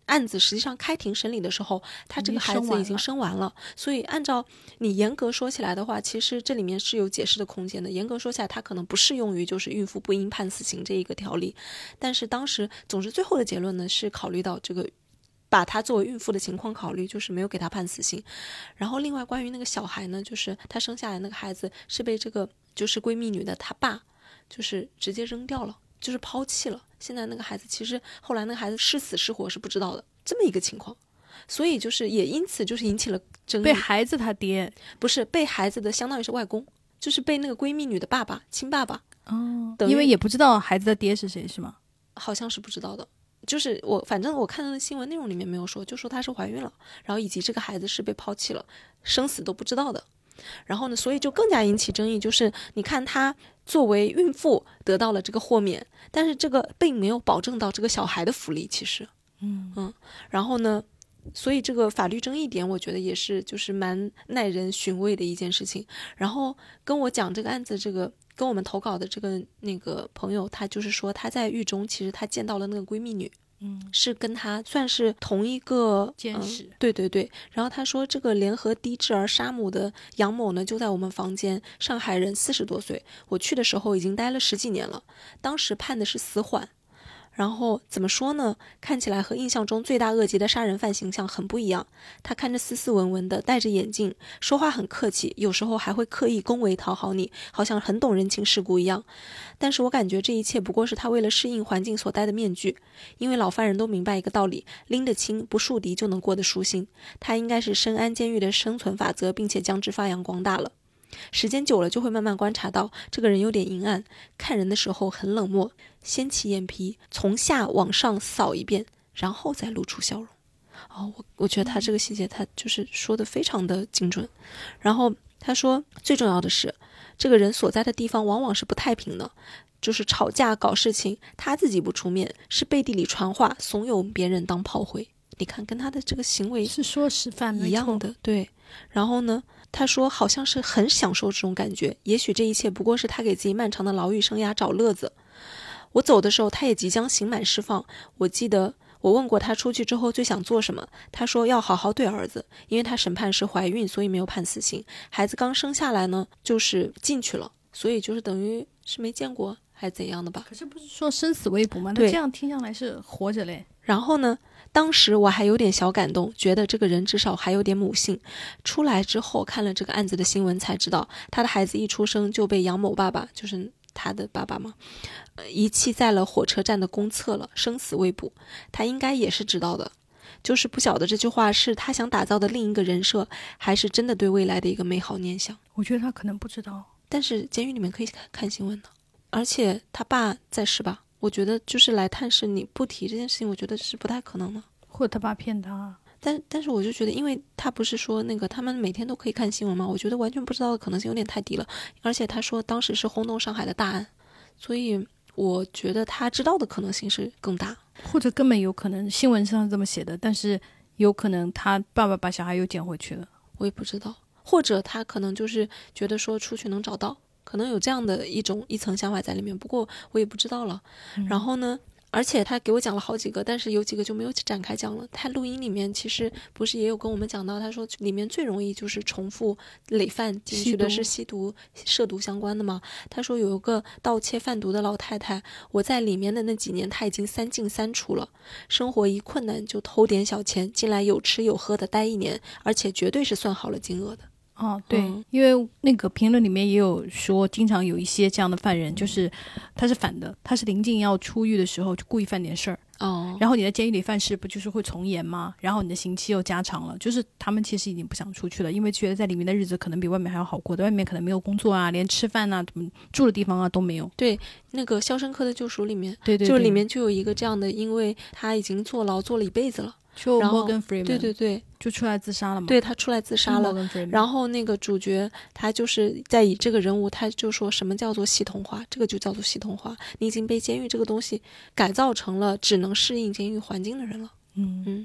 案子实际上开庭审理的时候，他这个孩子已经生完了，所以按照你严格说起来的话，其实这里面是有解释的空间的。严格说起来，它可能不适用于就是孕妇不应判死刑这一个条例，但是当时总之最后的结论呢是考虑到这个，把她作为孕妇的情况考虑，就是没有给她判死刑。然后另外关于那个小孩呢，就是她生下来那个孩子是被这个就是闺蜜女的她爸就是直接扔掉了，就是抛弃了。现在那个孩子其实后来那个孩子是死是活是不知道的，这么一个情况。所以就是也因此就是引起了争议。 被孩子他爹不是被孩子的相当于是外公，就是被那个闺蜜女的爸爸亲爸爸。 因为也不知道孩子的爹是谁是吗？ 好像是不知道的，就是反正我看到的新闻内容里面没有说，就说她是怀孕了，然后以及这个孩子是被抛弃了，生死都不知道的。然后呢，所以就更加引起争议，就是你看她作为孕妇得到了这个豁免，但是这个并没有保证到这个小孩的福利，其实然后呢，所以这个法律争议点我觉得也是就是蛮耐人寻味的一件事情。然后跟我讲这个案子，这个跟我们投稿的这个那个朋友，他就是说他在狱中其实他见到了那个闺蜜女，是跟他算是同一个监视， 对对对。然后他说这个联合低质儿杀母的杨某呢就在我们房间，上海人，40多岁，我去的时候已经待了10几年了，当时判的是死缓。然后怎么说呢，看起来和印象中罪大恶极的杀人犯形象很不一样。他看着斯斯文文的，戴着眼镜，说话很客气，有时候还会刻意恭维讨好你，好像很懂人情世故一样。但是我感觉这一切不过是他为了适应环境所戴的面具，因为老犯人都明白一个道理，拎得清不树敌就能过得舒心。他应该是深谙监狱的生存法则，并且将之发扬光大了。时间久了就会慢慢观察到这个人有点阴暗，看人的时候很冷漠，掀起眼皮从下往上扫一遍，然后再露出笑容。我觉得他这个细节他就是说的非常的精准。然后他说最重要的是这个人所在的地方往往是不太平的，就是吵架搞事情他自己不出面，是背地里传话怂恿别人当炮灰。你看跟他的这个行为是说实犯一样的，对。然后呢他说好像是很享受这种感觉，也许这一切不过是他给自己漫长的牢狱生涯找乐子。我走的时候他也即将刑满释放，我记得我问过他出去之后最想做什么，他说要好好对儿子，因为他审判时怀孕，所以没有判死刑，孩子刚生下来呢就是进去了，所以就是等于是没见过还是怎样的吧。 可是不是说生死未卜吗？那这样听上来是活着嘞。 然后呢当时我还有点小感动，觉得这个人至少还有点母性。出来之后看了这个案子的新闻才知道，他的孩子一出生就被杨某爸爸，就是他的爸爸嘛，遗弃在了火车站的公厕了，生死未卜。他应该也是知道的，就是不晓得这句话是他想打造的另一个人设，还是真的对未来的一个美好念想。 我觉得他可能不知道， 但是监狱里面可以看新闻的，而且他爸在世吧，我觉得就是来探视你不提这件事情，我觉得是不太可能的。 或者他爸骗他。 但是我就觉得，因为他不是说那个他们每天都可以看新闻吗？我觉得完全不知道的可能性有点太低了。而且他说当时是轰动上海的大案，所以我觉得他知道的可能性是更大。 或者根本有可能新闻上这么写的，但是有可能他爸爸把小孩又捡回去了， 我也不知道。或者他可能就是觉得说出去能找到，可能有这样的一层想法在里面，不过我也不知道了。然后呢而且他给我讲了好几个，但是有几个就没有展开讲了。他录音里面其实不是也有跟我们讲到，他说里面最容易就是重复累犯进去的是吸毒涉毒相关的嘛。他说有一个盗窃贩毒的老太太，我在里面的那几年他已经3进3出了，生活一困难就偷点小钱进来，有吃有喝的待1年，而且绝对是算好了金额的。 对，因为那个评论里面也有说，经常有一些这样的犯人，就是他是反的，他是临近要出狱的时候就故意犯点事儿，然后你在监狱里犯事不就是会从严吗？然后你的刑期又加长了，就是他们其实已经不想出去了，因为觉得在里面的日子可能比外面还要好过的，外面可能没有工作啊，连吃饭啊住的地方啊都没有。 对，那个《肖申克的救赎》里面， 对， 就里面就有一个这样的，因为他已经坐牢坐了一辈子了， 就 Morgan Freeman， 对对对， 就出来自杀了嘛。 对，他出来自杀了。然后那个主角他就是在以这个人物，他就说什么叫做系统化，这个就叫做系统化。你已经被监狱这个东西改造成了只能适应监狱环境的人了。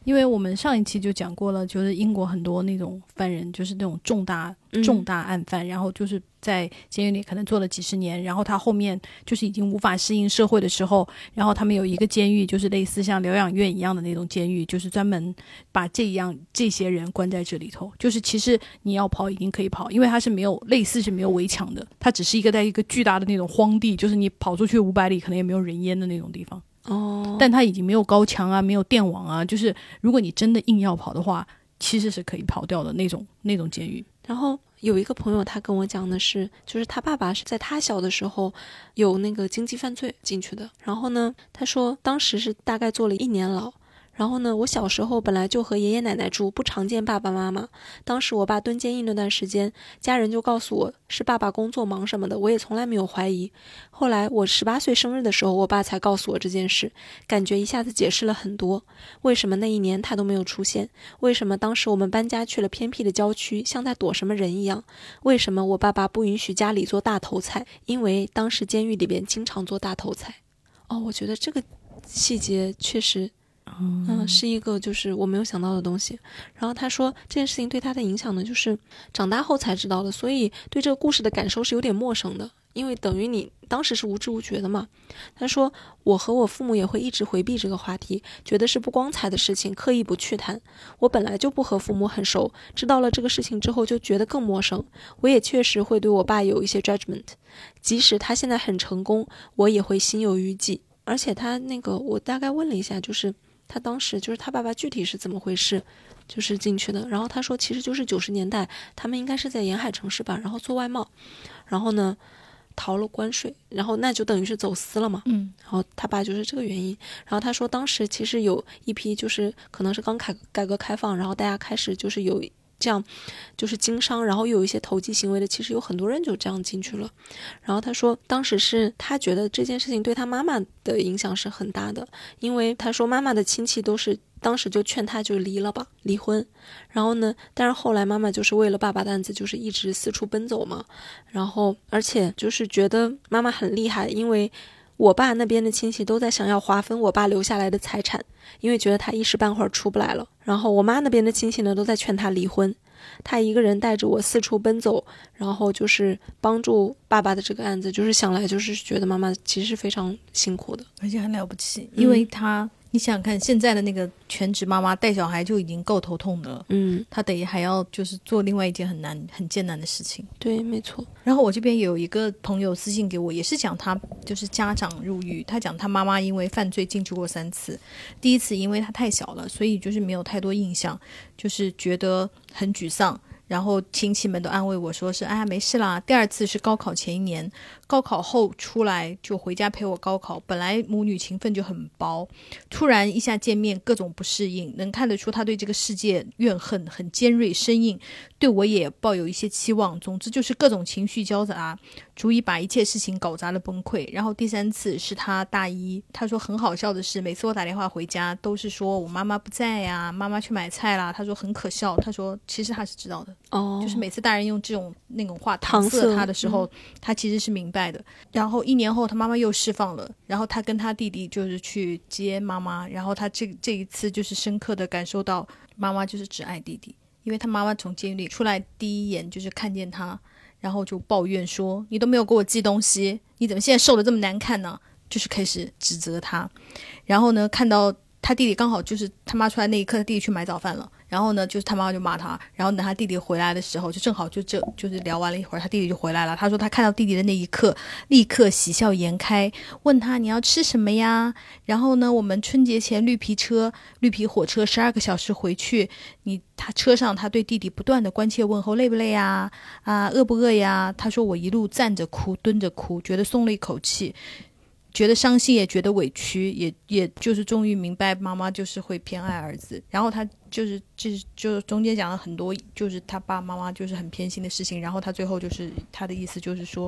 因为我们上一期就讲过了，就是英国很多那种犯人，就是那种重大案犯，然后就是在监狱里可能坐了几十年，然后他后面就是已经无法适应社会的时候，然后他们有一个监狱，就是类似像疗养院一样的那种监狱，就是专门把这些人关在这里头。就是其实你要跑一定可以跑，因为它是没有类似是没有围墙的，它只是在一个巨大的那种荒地，就是你跑出去500里可能也没有人烟的那种地方。但它已经没有高墙啊，没有电网啊，就是如果你真的硬要跑的话，其实是可以跑掉的那种监狱。 然后有一个朋友他跟我讲的是，就是他爸爸是在他小的时候有那个经济犯罪进去的，然后呢他说当时是大概坐了1年牢。然后呢，我小时候本来就和爷爷奶奶住，不常见爸爸妈妈。当时我爸蹲监狱那段时间，家人就告诉我是爸爸工作忙什么的，我也从来没有怀疑。后来我18岁生日的时候，我爸才告诉我这件事，感觉一下子解释了很多。为什么那一年他都没有出现？为什么当时我们搬家去了偏僻的郊区，像在躲什么人一样？为什么我爸爸不允许家里做大头菜？因为当时监狱里边经常做大头菜。我觉得这个细节确实是一个就是我没有想到的东西。然后他说这件事情对他的影响呢，就是长大后才知道的，所以对这个故事的感受是有点陌生的，因为等于你当时是无知无觉的嘛。他说我和我父母也会一直回避这个话题，觉得是不光彩的事情，刻意不去谈。我本来就不和父母很熟，知道了这个事情之后就觉得更陌生。我也确实会对我爸有一些 judgment， 即使他现在很成功，我也会心有余悸。而且他那个我大概问了一下，就是他当时就是他爸爸具体是怎么回事就是进去的。然后他说其实就是90年代他们应该是在沿海城市吧，然后做外贸，然后呢逃了关税，然后那就等于是走私了嘛。然后他爸就是这个原因。然后他说当时其实有一批就是可能是刚改革开放，然后大家开始就是有这样就是经商，然后又有一些投机行为的，其实有很多人就这样进去了。然后他说当时是他觉得这件事情对他妈妈的影响是很大的，因为他说妈妈的亲戚都是当时就劝他就离婚。然后呢但是后来妈妈就是为了爸爸的案子就是一直四处奔走嘛，然后而且就是觉得妈妈很厉害，因为我爸那边的亲戚都在想要划分我爸留下来的财产，因为觉得他一时半会儿出不来了。然后我妈那边的亲戚呢都在劝他离婚，他一个人带着我四处奔走，然后就是帮助爸爸的这个案子，就是想来就是觉得妈妈其实是非常辛苦的， 而且很了不起。因为你想想看，现在的那个全职妈妈带小孩就已经够头痛的了，她得还要就是做另外一件很艰难的事情。 对，没错。 然后我这边有一个朋友私信给我，也是讲他就是家长入狱，他讲他妈妈因为犯罪进去过3次，第一次因为他太小了，所以就是没有太多印象，就是觉得很沮丧，然后亲戚们都安慰我说是没事啦。第2次是高考前1年，高考后出来就回家陪我高考，本来母女情分就很薄，突然一下见面各种不适应，能看得出他对这个世界怨恨很尖锐生硬，对我也抱有一些期望，总之就是各种情绪交杂，足以把一切事情搞砸了崩溃。然后第3次是他大1，他说很好笑的是每次我打电话回家都是说我妈妈不在呀，妈妈去买菜啦，他说很可笑，他说其实他是知道的，就是每次大人用这种那种话搪塞他的时候，他其实是明白的。然后1年后他妈妈又释放了，然后他跟他弟弟就是去接妈妈，然后他这一次就是深刻的感受到妈妈就是只爱弟弟，因为他妈妈从监狱里出来第一眼就是看见他，然后就抱怨说你都没有给我寄东西，你怎么现在瘦得这么难看呢，就是开始指责他。然后呢看到他弟弟刚好就是他妈出来那一刻，他弟弟去买早饭了，然后呢就是他妈妈就骂他，然后等他弟弟回来的时候就正好就是聊完了一会儿，他弟弟就回来了。他说他看到弟弟的那一刻立刻喜笑颜开，问他你要吃什么呀，然后呢我们春节前绿皮火车12个小时回去，他车上他对弟弟不断的关切问候，累不累呀，饿不饿呀。他说我一路站着哭蹲着哭，觉得松了一口气，觉得伤心也觉得委屈，也就是终于明白妈妈就是会偏爱儿子。然后他就是中间讲了很多就是他爸妈妈就是很偏心的事情，然后他最后就是他的意思就是说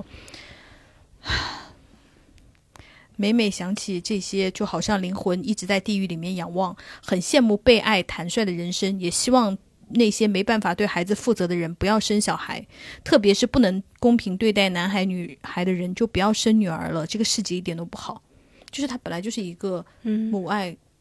每每想起这些就好像灵魂一直在地狱里面仰望，很羡慕被爱坦率的人生，也希望那些没办法对孩子负责的人不要生小孩，特别是不能公平对待男孩女孩的人就不要生女儿了，这个世界一点都不好。就是他本来就是一个母爱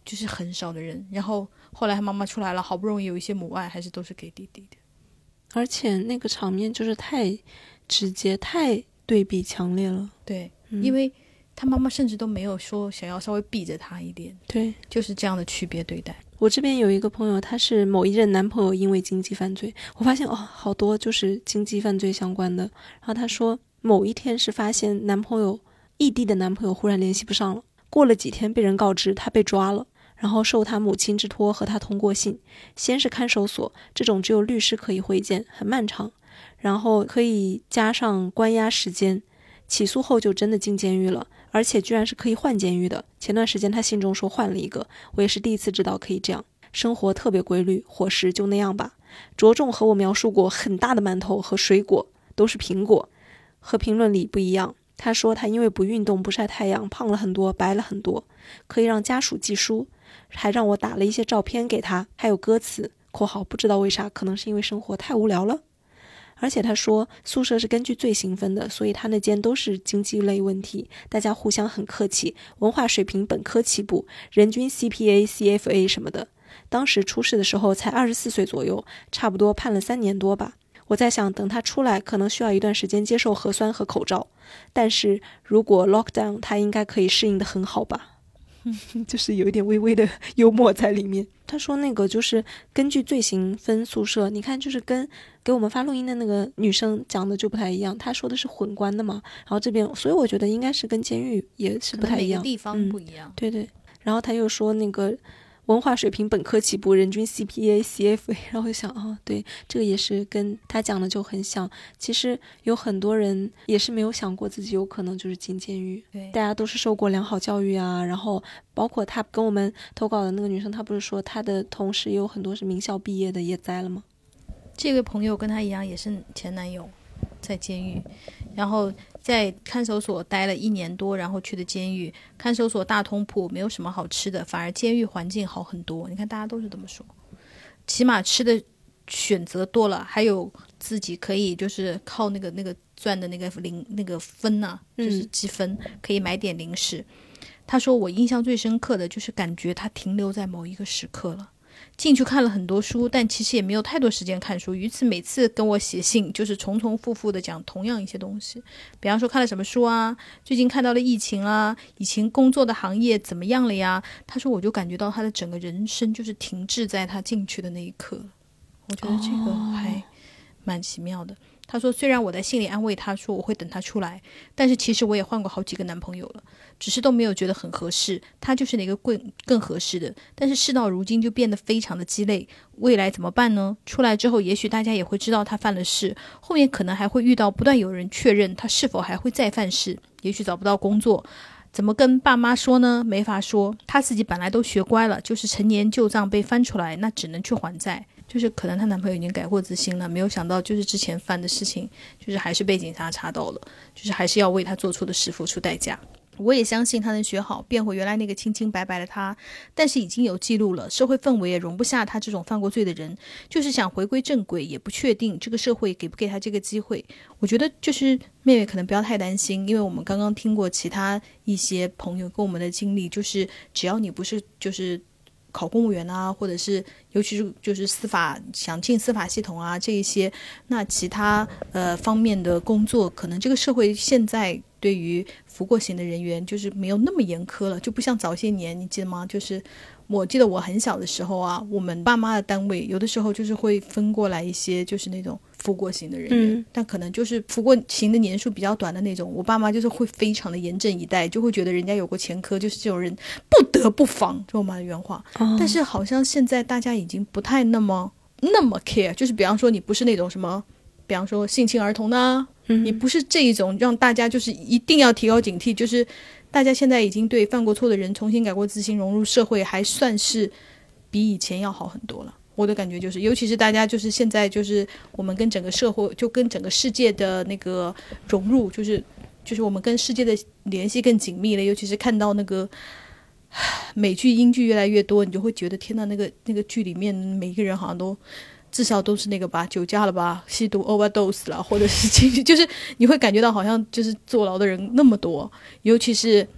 就是很少的人，然后后来他妈妈出来了，好不容易有一些母爱，还是都是给弟弟的。 而且那个场面就是太直接，太对比强烈了。 对，因为他妈妈甚至都没有说想要稍微避着他一点， 对， 就是这样的区别对待。 我这边有一个朋友，他是某一任男朋友因为经济犯罪，我发现好多就是经济犯罪相关的。然后他说某一天是发现异地的男朋友忽然联系不上了，过了几天被人告知他被抓了，然后受他母亲之托和他通过信，先是看守所，这种只有律师可以会见，很漫长，然后可以加上关押时间，起诉后就真的进监狱了，而且居然是可以换监狱的。前段时间他信中说换了一个，我也是第一次知道可以这样。生活特别规律，伙食就那样吧。着重和我描述过很大的馒头和水果，都是苹果，和评论里不一样。他说他因为不运动不晒太阳，胖了很多，白了很多，可以让家属寄书，还让我打了一些照片给他，还有歌词（括号不知道为啥，可能是因为生活太无聊了）。而且他说宿舍是根据罪行分的，所以他那间都是经济类问题，大家互相很客气，文化水平本科起步，人均 CPA、CFA 什么的。当时出事的时候才24岁左右，差不多判了3年多吧。我在想等他出来可能需要一段时间接受核酸和口罩，但是如果 lockdown 他应该可以适应得很好吧。就是有一点微微的幽默在里面。他说那个就是根据罪行分宿舍，你看就是跟给我们发录音的那个女生讲的就不太一样，他说的是混关的嘛，然后这边所以我觉得应该是跟监狱也是不太一样， 每个地方不一样。 对对。然后他又说那个文化水平本科起步，人均 CPA、CFA， 然后就想对，这个也是跟他讲的就很像。其实有很多人也是没有想过自己有可能就是进监狱， 对， 大家都是受过良好教育啊。然后包括他跟我们投稿的那个女生，她不是说她的同事也有很多是名校毕业的也栽了吗？ 这位朋友跟他一样也是前男友在监狱，然后在看守所待了1年多，然后去的监狱。看守所大通铺，没有什么好吃的，反而监狱环境好很多。你看大家都是这么说，起码吃的选择多了，还有自己可以就是靠那个赚的那个分啊，就是积分，可以买点零食。他说我印象最深刻的就是感觉他停留在某一个时刻了。进去看了很多书，但其实也没有太多时间看书。于是每次跟我写信就是重重复复的讲同样一些东西，比方说看了什么书啊，最近看到了疫情啊，以前工作的行业怎么样了呀。他说我就感觉到他的整个人生就是停滞在他进去的那一刻。我觉得这个还蛮奇妙的。他说虽然我在信里安慰他说我会等他出来，但是其实我也换过好几个男朋友了，只是都没有觉得很合适，他就是那个更合适的。但是事到如今就变得非常的鸡肋，未来怎么办呢？出来之后也许大家也会知道他犯了事，后面可能还会遇到不断有人确认他是否还会再犯事，也许找不到工作，怎么跟爸妈说呢？没法说，他自己本来都学乖了，就是陈年旧账被翻出来，那只能去还债。就是可能她男朋友已经改过自新了，没有想到就是之前犯的事情就是还是被警察查到了，就是还是要为他做出的事付出代价。我也相信他能学好，变回原来那个清清白白的他，但是已经有记录了，社会氛围也容不下他这种犯过罪的人，就是想回归正轨也不确定这个社会给不给他这个机会。我觉得就是妹妹可能不要太担心，因为我们刚刚听过其他一些朋友跟我们的经历，就是只要你不是就是考公务员啊，或者是尤其是就是司法想进司法系统啊这一些，那其他方面的工作，可能这个社会现在对于服过刑的人员就是没有那么严苛了，就不像早些年，你记得吗？就是我记得我很小的时候啊，我们爸妈的单位有的时候就是会分过来一些就是那种服过刑的人员，但可能就是服过刑的年数比较短的那种，我爸妈就是会非常的严阵以待，就会觉得人家有过前科，就是这种人不得不防，这是我妈的原话。但是好像现在大家已经不太那么 care， 就是比方说你不是那种什么，比方说性侵儿童啊，你不是这一种让大家就是一定要提高警惕，就是大家现在已经对犯过错的人重新改过自新，融入社会，还算是比以前要好很多了。我的感觉就是，尤其是大家就是现在就是我们跟整个社会就跟整个世界的那个融入，就是我们跟世界的联系更紧密了。尤其是看到那个美剧英剧越来越多，你就会觉得天哪，那个剧里面每一个人好像都至少都是那个吧，酒驾了吧，吸毒 overdose 了，或者是就是你会感觉到好像就是坐牢的人那么多，尤其是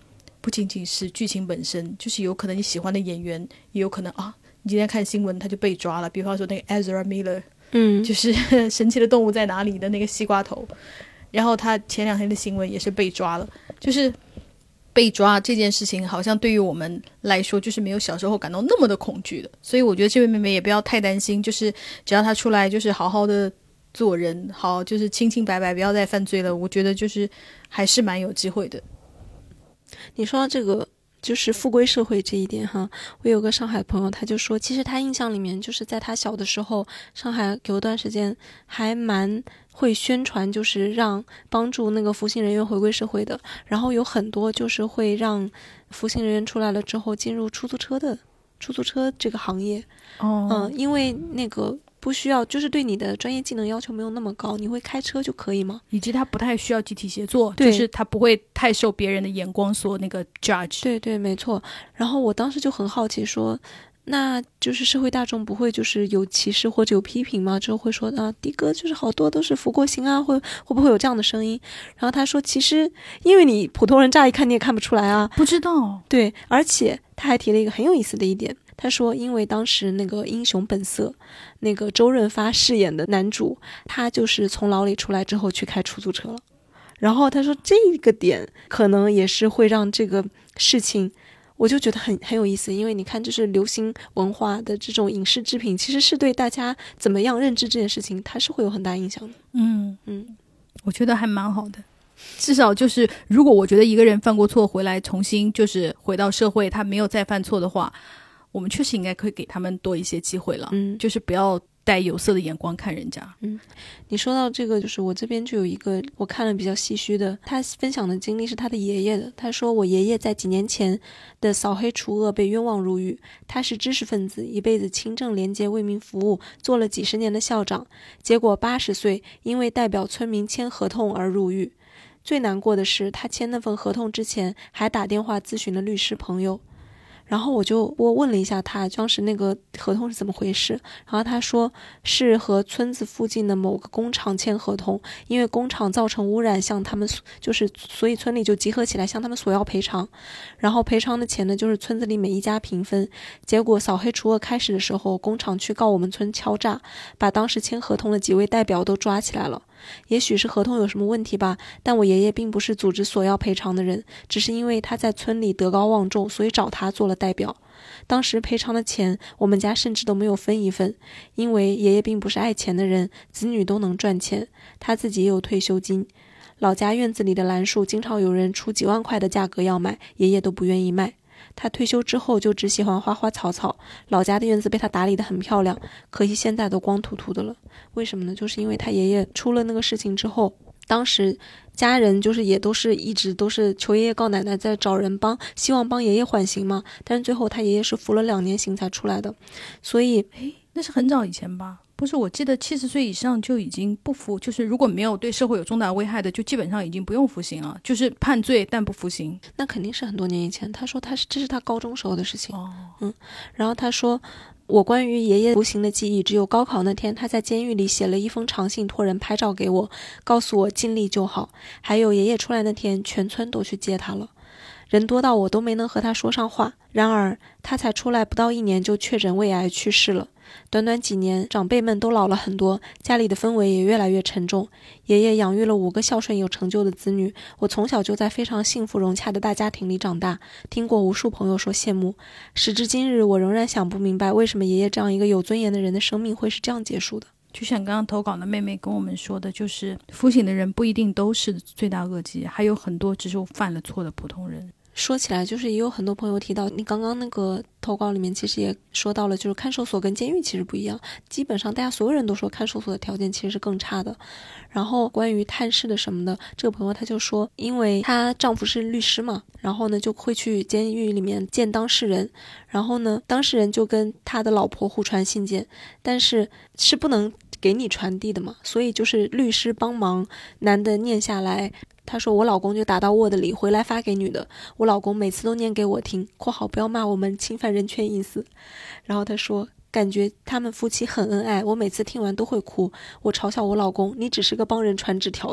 不仅仅是剧情本身，就是有可能你喜欢的演员，也有可能你今天看新闻他就被抓了，比方说那个 Ezra Miller， 就是神奇的动物在哪里的那个西瓜头，然后他前2天的新闻也是被抓了，就是被抓这件事情好像对于我们来说就是没有小时候感到那么的恐惧的，所以我觉得这位妹妹也不要太担心，就是只要她出来就是好好的做人，好就是清清白白，不要再犯罪了，我觉得就是还是蛮有机会的。 你说到这个就是复归社会这一点哈，我有个上海朋友他就说，其实他印象里面就是在他小的时候，上海有段时间还蛮会宣传就是让帮助那个服刑人员回归社会的，然后有很多就是会让服刑人员出来了之后进入出租车这个行业。因为那个不需要，就是对你的专业技能要求没有那么高，你会开车就可以吗？ 以及他不太需要集体协作，就是他不会太受别人的眼光所那个 judge。 对对，没错。然后我当时就很好奇说，那就是社会大众不会就是有歧视或者有批评吗？之后会说的哥就是好多都是服过刑啊，会不会有这样的声音？然后他说其实因为你普通人乍一看你也看不出来啊。 不知道。 对，而且他还提了一个很有意思的一点，他说因为当时那个英雄本色那个周润发饰演的男主，他就是从牢里出来之后去开出租车了。然后他说这个点可能也是会让这个事情，我就觉得很有意思，因为你看就是流行文化的这种影视制品其实是对大家怎么样认知这件事情它是会有很大影响的。 我觉得还蛮好的，至少就是如果我觉得一个人犯过错回来重新就是回到社会他没有再犯错的话，我们确实应该可以给他们多一些机会了。就是不要带有色的眼光看人家。 你说到这个，就是我这边就有一个我看了比较唏嘘的，他分享的经历是他的爷爷的。他说我爷爷在几年前的扫黑除恶被冤枉入狱，他是知识分子，一辈子清正廉洁为民服务，做了几十年的校长，结果80岁因为代表村民签合同而入狱。最难过的是他签那份合同之前还打电话咨询了律师朋友，然后我问了一下他当时那个合同是怎么回事，然后他说是和村子附近的某个工厂签合同，因为工厂造成污染，向他们就是所以村里就集合起来向他们索要赔偿，然后赔偿的钱呢就是村子里每一家平分。结果扫黑除恶开始的时候，工厂去告我们村敲诈，把当时签合同的几位代表都抓起来了。也许是合同有什么问题吧，但我爷爷并不是组织索要赔偿的人，只是因为他在村里德高望重，所以找他做了代表。当时赔偿的钱我们家甚至都没有分一份，因为爷爷并不是爱钱的人，子女都能赚钱，他自己也有退休金。老家院子里的兰树经常有人出几万块的价格要买，爷爷都不愿意卖。他退休之后就只喜欢花花草草，老家的院子被他打理得很漂亮，可惜现在都光秃秃的了。为什么呢？就是因为他爷爷出了那个事情之后，当时家人就是也都是一直都是求爷爷告奶奶在找人帮，希望帮爷爷缓刑嘛，但是最后他爷爷是服了2年刑才出来的。所以那是很早以前吧？不是，我记得70岁以上就已经不服，就是如果没有对社会有重大危害的，就基本上已经不用服刑了，就是判罪但不服刑。 那肯定是很多年以前，他说这是他高中时候的事情。然后他说我关于爷爷服刑的记忆只有高考那天他在监狱里写了一封长信托人拍照给我，告诉我尽力就好，还有爷爷出来那天全村都去接他了，人多到我都没能和他说上话。然而他才出来不到1年就确诊胃癌去世了。短短几年，长辈们都老了很多，家里的氛围也越来越沉重。爷爷养育了5个孝顺有成就的子女，我从小就在非常幸福融洽的大家庭里长大，听过无数朋友说羡慕。时至今日，我仍然想不明白为什么爷爷这样一个有尊严的人的生命会是这样结束的。 就像刚刚投稿的妹妹跟我们说的，就是服刑的人不一定都是罪大恶极，还有很多只是犯了错的普通人。 说起来就是也有很多朋友提到，你刚刚那个投稿里面其实也说到了，就是看守所跟监狱其实不一样，基本上大家所有人都说看守所的条件其实是更差的。然后关于探视的什么的，这个朋友他就说，因为她丈夫是律师嘛，然后呢就会去监狱里面见当事人，然后呢当事人就跟他的老婆互传信件，但是不能给你传递的嘛，所以就是律师帮忙男的念下来。他说我老公就打到 Word 里回来发给女的，我老公每次都念给我听（括号不要骂我们侵犯人权隐私）。然后他说感觉他们夫妻很恩爱，我每次听完都会哭，我嘲笑我老公，你只是个帮人传纸条的。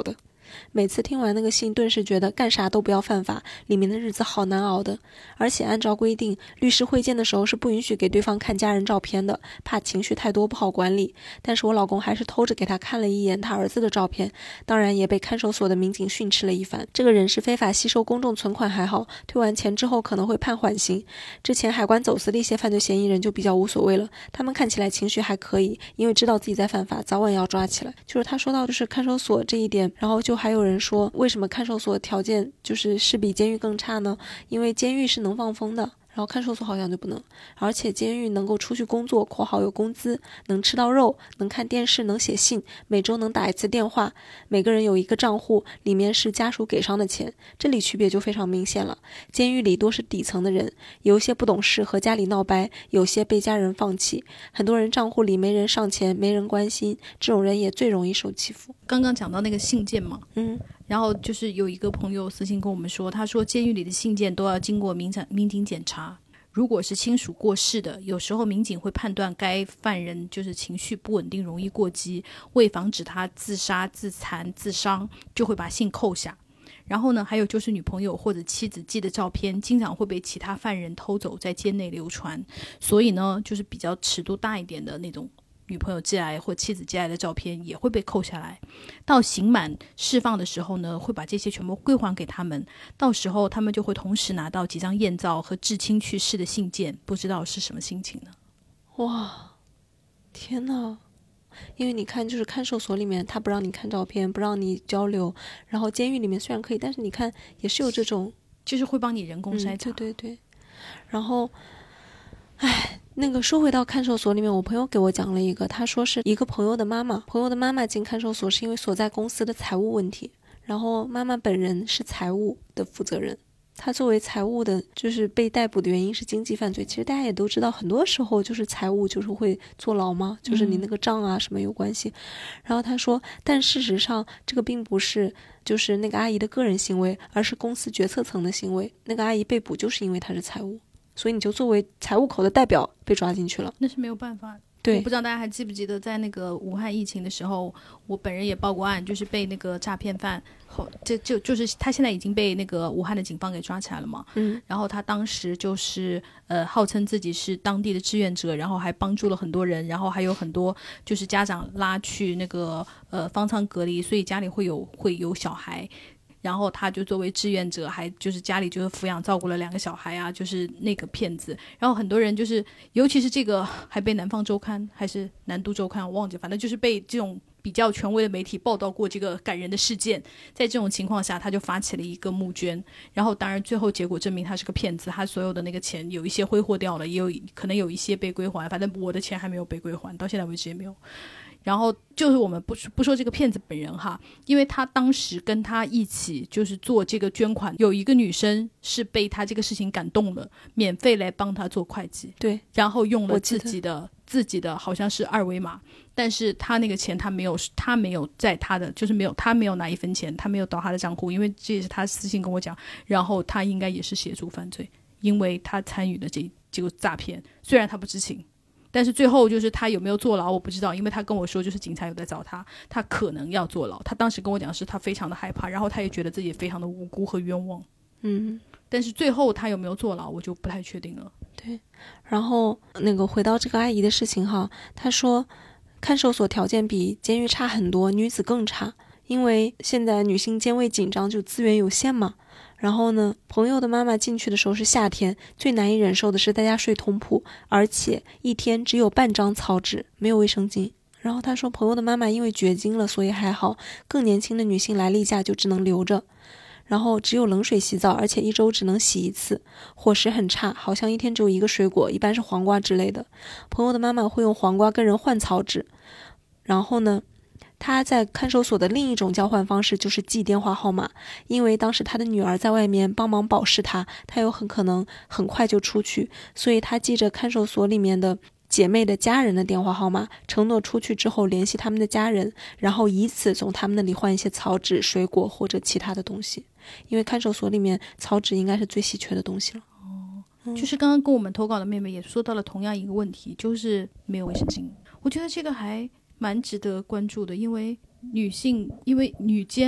每次听完那个信，顿时觉得干啥都不要犯法，里面的日子好难熬的。而且按照规定，律师会见的时候是不允许给对方看家人照片的，怕情绪太多不好管理。但是我老公还是偷着给他看了一眼他儿子的照片，当然也被看守所的民警训斥了一番。这个人是非法吸收公众存款还好，退完钱之后可能会判缓刑。之前海关走私的一些犯罪嫌疑人就比较无所谓了，他们看起来情绪还可以，因为知道自己在犯法，早晚要抓起来。就是他说到就是看守所这一点，然后就还有人说为什么看守所条件是比监狱更差呢？因为监狱是能放风的，然后看守所好像就不能，而且监狱能够出去工作（括号有工资），能吃到肉，能看电视，能写信，每周能打一次电话，每个人有一个账户，里面是家属给上的钱，这里区别就非常明显了。监狱里多是底层的人，有些不懂事和家里闹掰，有些被家人放弃，很多人账户里没人上钱，没人关心，这种人也最容易受欺负。 刚刚讲到那个信件嘛，然后就是有一个朋友私信跟我们说，他说监狱里的信件都要经过民警检查，如果是亲属过世的，有时候民警会判断该犯人就是情绪不稳定，容易过激，为防止他自杀、自残、自伤，就会把信扣下。然后呢，还有就是女朋友或者妻子寄的照片经常会被其他犯人偷走，在监内流传，所以呢就是比较尺度大一点的那种女朋友寄来或妻子寄来的照片也会被扣下来，到刑满释放的时候呢，会把这些全部归还给他们，到时候他们就会同时拿到几张验照和至亲去世的信件，不知道是什么心情呢？ 哇，天哪！因为你看就是看守所里面他不让你看照片，不让你交流，然后监狱里面虽然可以，但是你看也是有这种就是会帮你人工筛查， 对对对。然后那个说回到看守所里面，我朋友给我讲了一个，他说是一个朋友的妈妈进看守所是因为所在公司的财务问题，然后妈妈本人是财务的负责人，他作为财务的就是被逮捕的原因是经济犯罪。其实大家也都知道，很多时候就是财务就是会坐牢嘛，就是你那个账啊什么有关系。然后他说但事实上这个并不是就是那个阿姨的个人行为，而是公司决策层的行为。那个阿姨被捕就是因为她是财务，所以你就作为财务口的代表被抓进去了， 那是没有办法。 对， 我不知道大家还记不记得，在那个武汉疫情的时候，我本人也报过案，就是被那个诈骗犯，就是他现在已经被那个武汉的警方给抓起来了嘛。然后他当时就是号称自己是当地的志愿者，然后还帮助了很多人，然后还有很多就是家长拉去那个方舱隔离，所以家里会有小孩。然后他就作为志愿者，还就是家里就是抚养照顾了2个小孩啊，就是那个骗子。然后很多人就是，尤其是这个还被南方周刊还是南都周刊我忘记，反正就是被这种比较权威的媒体报道过这个感人的事件。在这种情况下，他就发起了一个募捐，然后当然最后结果证明他是个骗子，他所有的那个钱有一些挥霍掉了，也有可能有一些被归还，反正我的钱还没有被归还，到现在为止也没有。然后就是我们不说这个骗子本人哈，因为他当时跟他一起就是做这个捐款，有一个女生是被他这个事情感动了，免费来帮他做会计， 对， 然后用了自己的好像是2维码，但是他那个钱他没有在他的就是他没有拿1分钱，他没有到他的账户，因为这也是他私信跟我讲，然后他应该也是协助犯罪，因为他参与了这个诈骗，虽然他不知情。但是最后就是他有没有坐牢我不知道，因为他跟我说就是警察有在找他，他可能要坐牢。他当时跟我讲是他非常的害怕，然后他也觉得自己非常的无辜和冤枉。但是最后他有没有坐牢我就不太确定了。 对，然后那个回到这个阿姨的事情哈，她说看守所条件比监狱差很多，女子更差，因为现在女性监卫紧张，就资源有限嘛。然后呢，朋友的妈妈进去的时候是夏天，最难以忍受的是大家睡通铺，而且一天只有半张草纸，没有卫生巾。然后他说朋友的妈妈因为绝经了，所以还好，更年轻的女性来例假就只能留着，然后只有冷水洗澡，而且1周只能洗1次，伙食很差，好像一天只有1个水果，一般是黄瓜之类的。朋友的妈妈会用黄瓜跟人换草纸，然后呢他在看守所的另一种交换方式就是记电话号码，因为当时他的女儿在外面帮忙保释他有很可能很快就出去，所以他记着看守所里面的姐妹的家人的电话号码，承诺出去之后联系他们的家人，然后以此从他们那里换一些草纸、水果或者其他的东西，因为看守所里面草纸应该是最稀缺的东西了。 就是刚刚跟我们投稿的妹妹也说到了同样一个问题，就是没有卫生巾。我觉得这个还蛮值得关注的，因为女监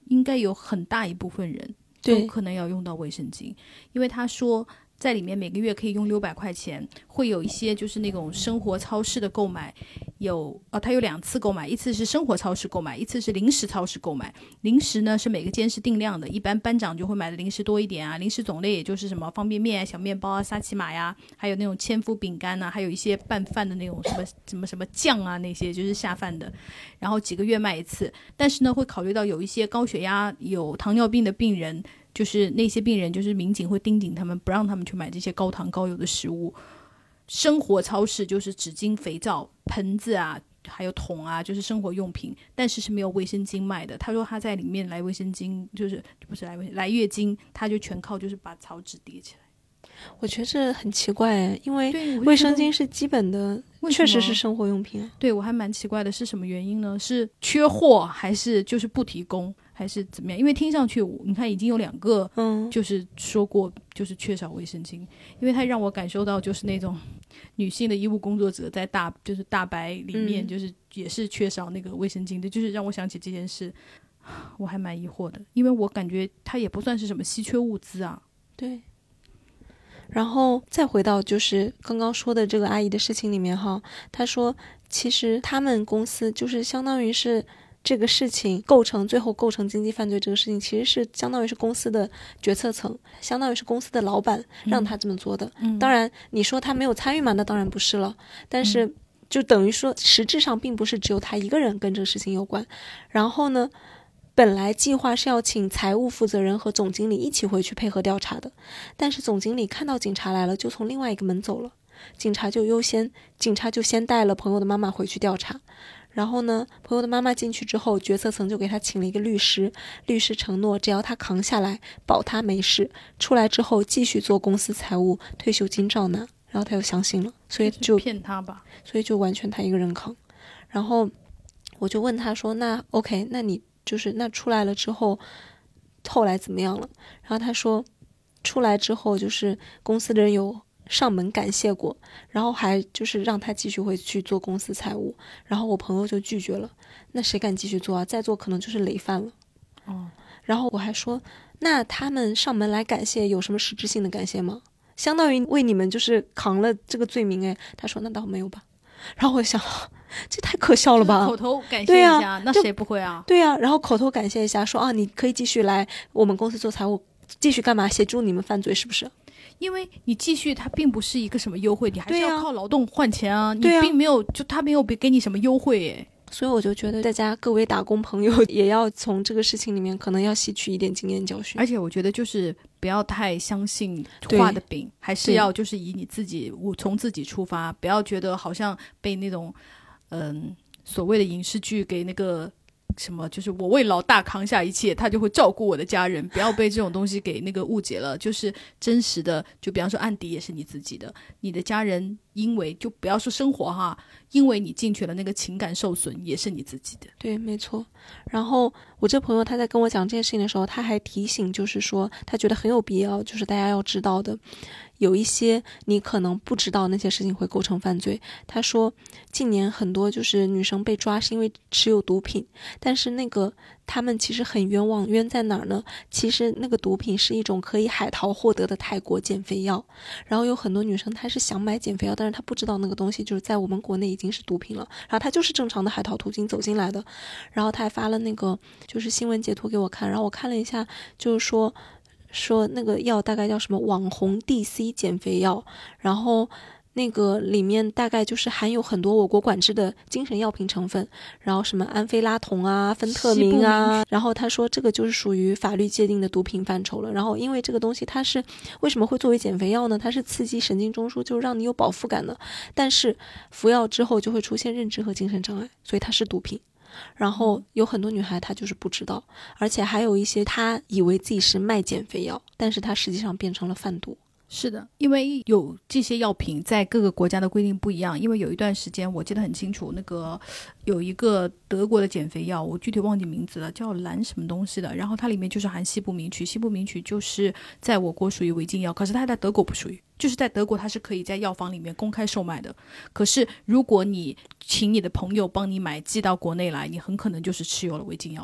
应该有很大一部分人都可能要用到卫生巾，因为他说在里面每个月可以用600块钱，会有一些就是那种生活超市的购买，它有2次购买，一次是生活超市购买，一次是零食超市购买。零食呢是每个间是定量的，一般班长就会买的零食多一点啊，零食种类也就是什么方便面啊、小面包啊、沙琪玛呀，还有那种千夫饼干啊，还有一些拌饭的那种什么酱啊，那些就是下饭的，然后几个月卖一次。但是呢会考虑到有一些高血压、有糖尿病的病人，就是那些病人就是民警会盯紧他们，不让他们去买这些高糖高油的食物。生活超市就是纸巾、肥皂、盆子啊，还有桶啊，就是生活用品，但是没有卫生巾卖的。他说他在里面来卫生巾，就是不是来月经，他就全靠就是把草纸叠起来。 我觉得这很奇怪，因为卫生巾是基本的，确实是生活用品。 对，我还蛮奇怪的，是什么原因呢？是缺货还是就是不提供还是怎么样？因为听上去你看已经有2个就是说过就是缺少卫生巾，因为它让我感受到就是那种女性的医务工作者在大白里面就是也是缺少那个卫生巾的，就是让我想起这件事，我还蛮疑惑的，因为我感觉它也不算是什么稀缺物资啊。 对，然后再回到就是刚刚说的这个阿姨的事情里面哈，她说其实他们公司就是相当于是这个事情最后构成经济犯罪这个事情，其实是相当于是公司的决策层，相当于是公司的老板让他这么做的。当然你说他没有参与嘛，那当然不是了，但是就等于说实质上并不是只有他一个人跟这个事情有关。然后呢，本来计划是要请财务负责人和总经理一起回去配合调查的，但是总经理看到警察来了就从另外一个门走了，警察就先带了朋友的妈妈回去调查。然后呢，朋友的妈妈进去之后，决策层就给他请了一个律师，律师承诺只要他扛下来，保他没事，出来之后继续做公司财务，退休金照拿。然后他就相信了，所以就骗他吧， 所以就完全他一个人扛。然后我就问他说，那 OK， 那你就是那出来了之后后来怎么样了？然后他说出来之后就是公司的人有上门感谢过，然后还就是让他继续回去做公司财务，然后我朋友就拒绝了。那谁敢继续做啊？再做可能就是累犯了。然后我还说，那他们上门来感谢有什么实质性的感谢吗？相当于为你们就是扛了这个罪名哎。他说那倒没有吧。然后我想这太可笑了吧， 口头感谢一下，那谁不会啊？ 对啊，然后口头感谢一下说啊，你可以继续来我们公司做财务，继续干嘛？协助你们犯罪是不是？ 因为你继续它并不是一个什么优惠，你还是要靠劳动换钱啊，你对啊， 并没有就他没有给你什么优惠耶。 所以我就觉得大家各位打工朋友也要从这个事情里面可能要吸取一点经验教训。 而且我觉得就是不要太相信画的饼，还是要就是以你自己从自己出发，不要觉得好像被那种所谓的影视剧给那个什么就是我为老大扛下一切，他就会照顾我的家人，不要被这种东西给那个误解了。就是真实的，就比方说案底也是你自己的，你的家人因为就不要说生活哈，因为你进去了那个情感受损也是你自己的。 对，没错。然后我这朋友他在跟我讲这件事情的时候，他还提醒就是说他觉得很有必要，就是大家要知道的有一些你可能不知道那些事情会构成犯罪。他说近年很多就是女生被抓是因为持有毒品，但是那个他们其实很冤枉，冤在哪儿呢？其实那个毒品是一种可以海淘获得的泰国减肥药，然后有很多女生她是想买减肥药，但是她不知道那个东西就是在我们国内已经是毒品了，然后她就是正常的海淘途径走进来的。然后她还发了那个就是新闻截图给我看，然后我看了一下，就是说那个药大概叫什么网红 DC 减肥药，然后那个里面大概就是含有很多我国管制的精神药品成分，然后什么安非拉酮啊、芬特明啊，然后他说这个就是属于法律界定的毒品范畴了。然后因为这个东西它是为什么会作为减肥药呢？它是刺激神经中枢，就是让你有饱腹感的，但是服药之后就会出现认知和精神障碍，所以它是毒品。然后有很多女孩她就是不知道，而且还有一些她以为自己是卖减肥药，但是她实际上变成了贩毒。 是的，因为有这些药品在各个国家的规定不一样。因为有一段时间我记得很清楚，那个有一个德国的减肥药，我具体忘记名字了，叫蓝什么东西的，然后它里面就是含西部名曲，西部名曲就是在我国属于违禁药，可是它在德国不属于，就是在德国它是可以在药房里面公开售卖的。可是如果你请你的朋友帮你买寄到国内来，你很可能就是持有了违禁药品。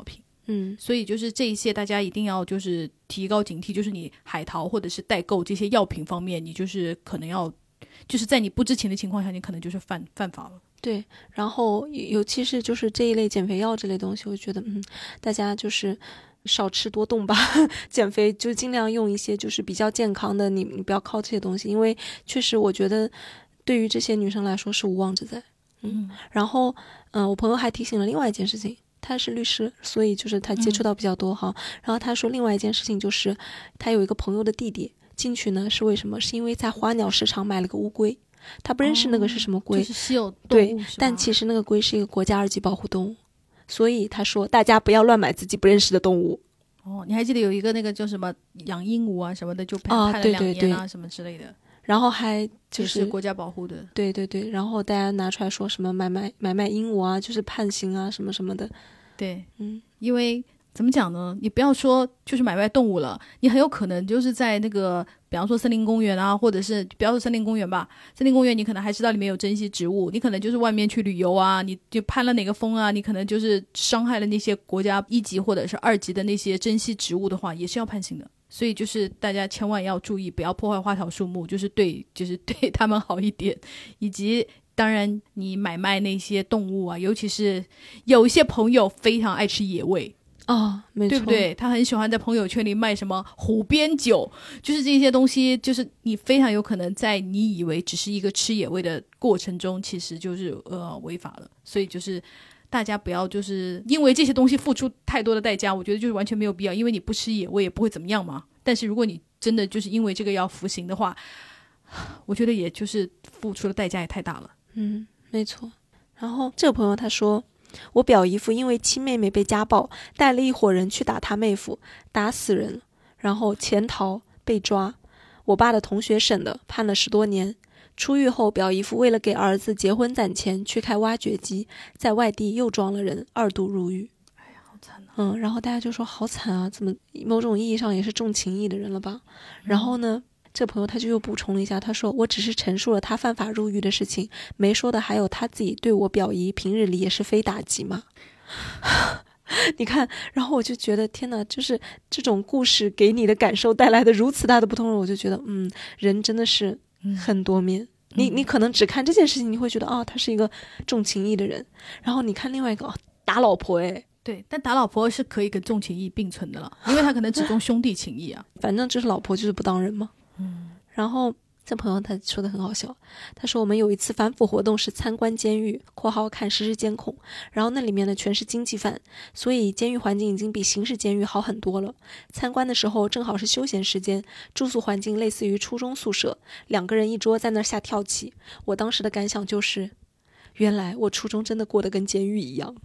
所以就是这一些大家一定要就是提高警惕，就是你海淘或者是代购这些药品方面，你就是可能要就是在你不知情的情况下，你可能就是犯法了。 对，然后尤其是就是这一类减肥药这类东西，我觉得大家就是少吃多动吧减肥就尽量用一些就是比较健康的，你不要靠这些东西，因为确实我觉得对于这些女生来说是无妄之灾。然后我朋友还提醒了另外一件事情，他是律师，所以就是他接触到比较多哈。然后他说另外一件事情就是他有一个朋友的弟弟进去呢，是为什么？是因为在花鸟市场买了个乌龟，他不认识那个是什么龟， 就是稀有动物， 对，但其实那个龟是一个国家2级保护动物，所以他说大家不要乱买自己不认识的动物。 你还记得有一个那个叫什么养鹦鹉啊什么的，就判了2年啊， 对什么之类的， 然后还就是国家保护的， 对，然后大家拿出来说什么买卖鹦鹉啊，就是判刑啊什么什么的。 对，因为怎么讲呢？你不要说就是买卖动物了，你很有可能就是在那个，比方说森林公园啊，或者是不要说森林公园吧，森林公园你可能还知道里面有珍稀植物，你可能就是外面去旅游啊，你就攀了哪个峰啊，你可能就是伤害了那些国家1级或者是2级的那些珍稀植物的话，也是要判刑的。所以就是大家千万要注意，不要破坏花草树木，就是对他们好一点，以及。当然你买卖那些动物啊，尤其是有一些朋友非常爱吃野味没错， 对不对？他很喜欢在朋友圈里卖什么虎鞭酒，就是这些东西，就是你非常有可能在你以为只是一个吃野味的过程中，其实就是违法了。所以就是大家不要就是因为这些东西付出太多的代价，我觉得就是完全没有必要，因为你不吃野味也不会怎么样嘛。但是如果你真的就是因为这个要服刑的话，我觉得也就是付出的代价也太大了。 没错。然后这个朋友他说，我表姨夫因为亲妹妹被家暴，带了一伙人去打他妹夫，打死人，然后潜逃被抓，我爸的同学审的，判了10多年。出狱后，表姨夫为了给儿子结婚攒钱，去开挖掘机，在外地又装了人，2度入狱。 哎呀，好惨啊！ 然后大家就说好惨啊，怎么某种意义上也是重情义的人了吧？然后呢？这朋友他就又补充了一下，他说我只是陈述了他犯法入狱的事情，没说的还有他自己对我表姨平日里也是非打击嘛。你看，然后我就觉得天哪，就是这种故事给你的感受带来的如此大的不同，我就觉得人真的是很多面。你可能只看这件事情，你会觉得他是一个重情义的人，然后你看另外一个打老婆对，但打老婆是可以跟重情义并存的了，因为他可能只重兄弟情义啊。 反正就是老婆就是不当人嘛。然后这朋友他说的很好笑，他说我们有一次反腐活动是参观监狱（括号看实时监控），然后那里面呢全是经济犯，所以监狱环境已经比刑事监狱好很多了。参观的时候正好是休闲时间，住宿环境类似于初中宿舍，2个人一桌在那儿下跳棋。我当时的感想就是，原来我初中真的过得跟监狱一样。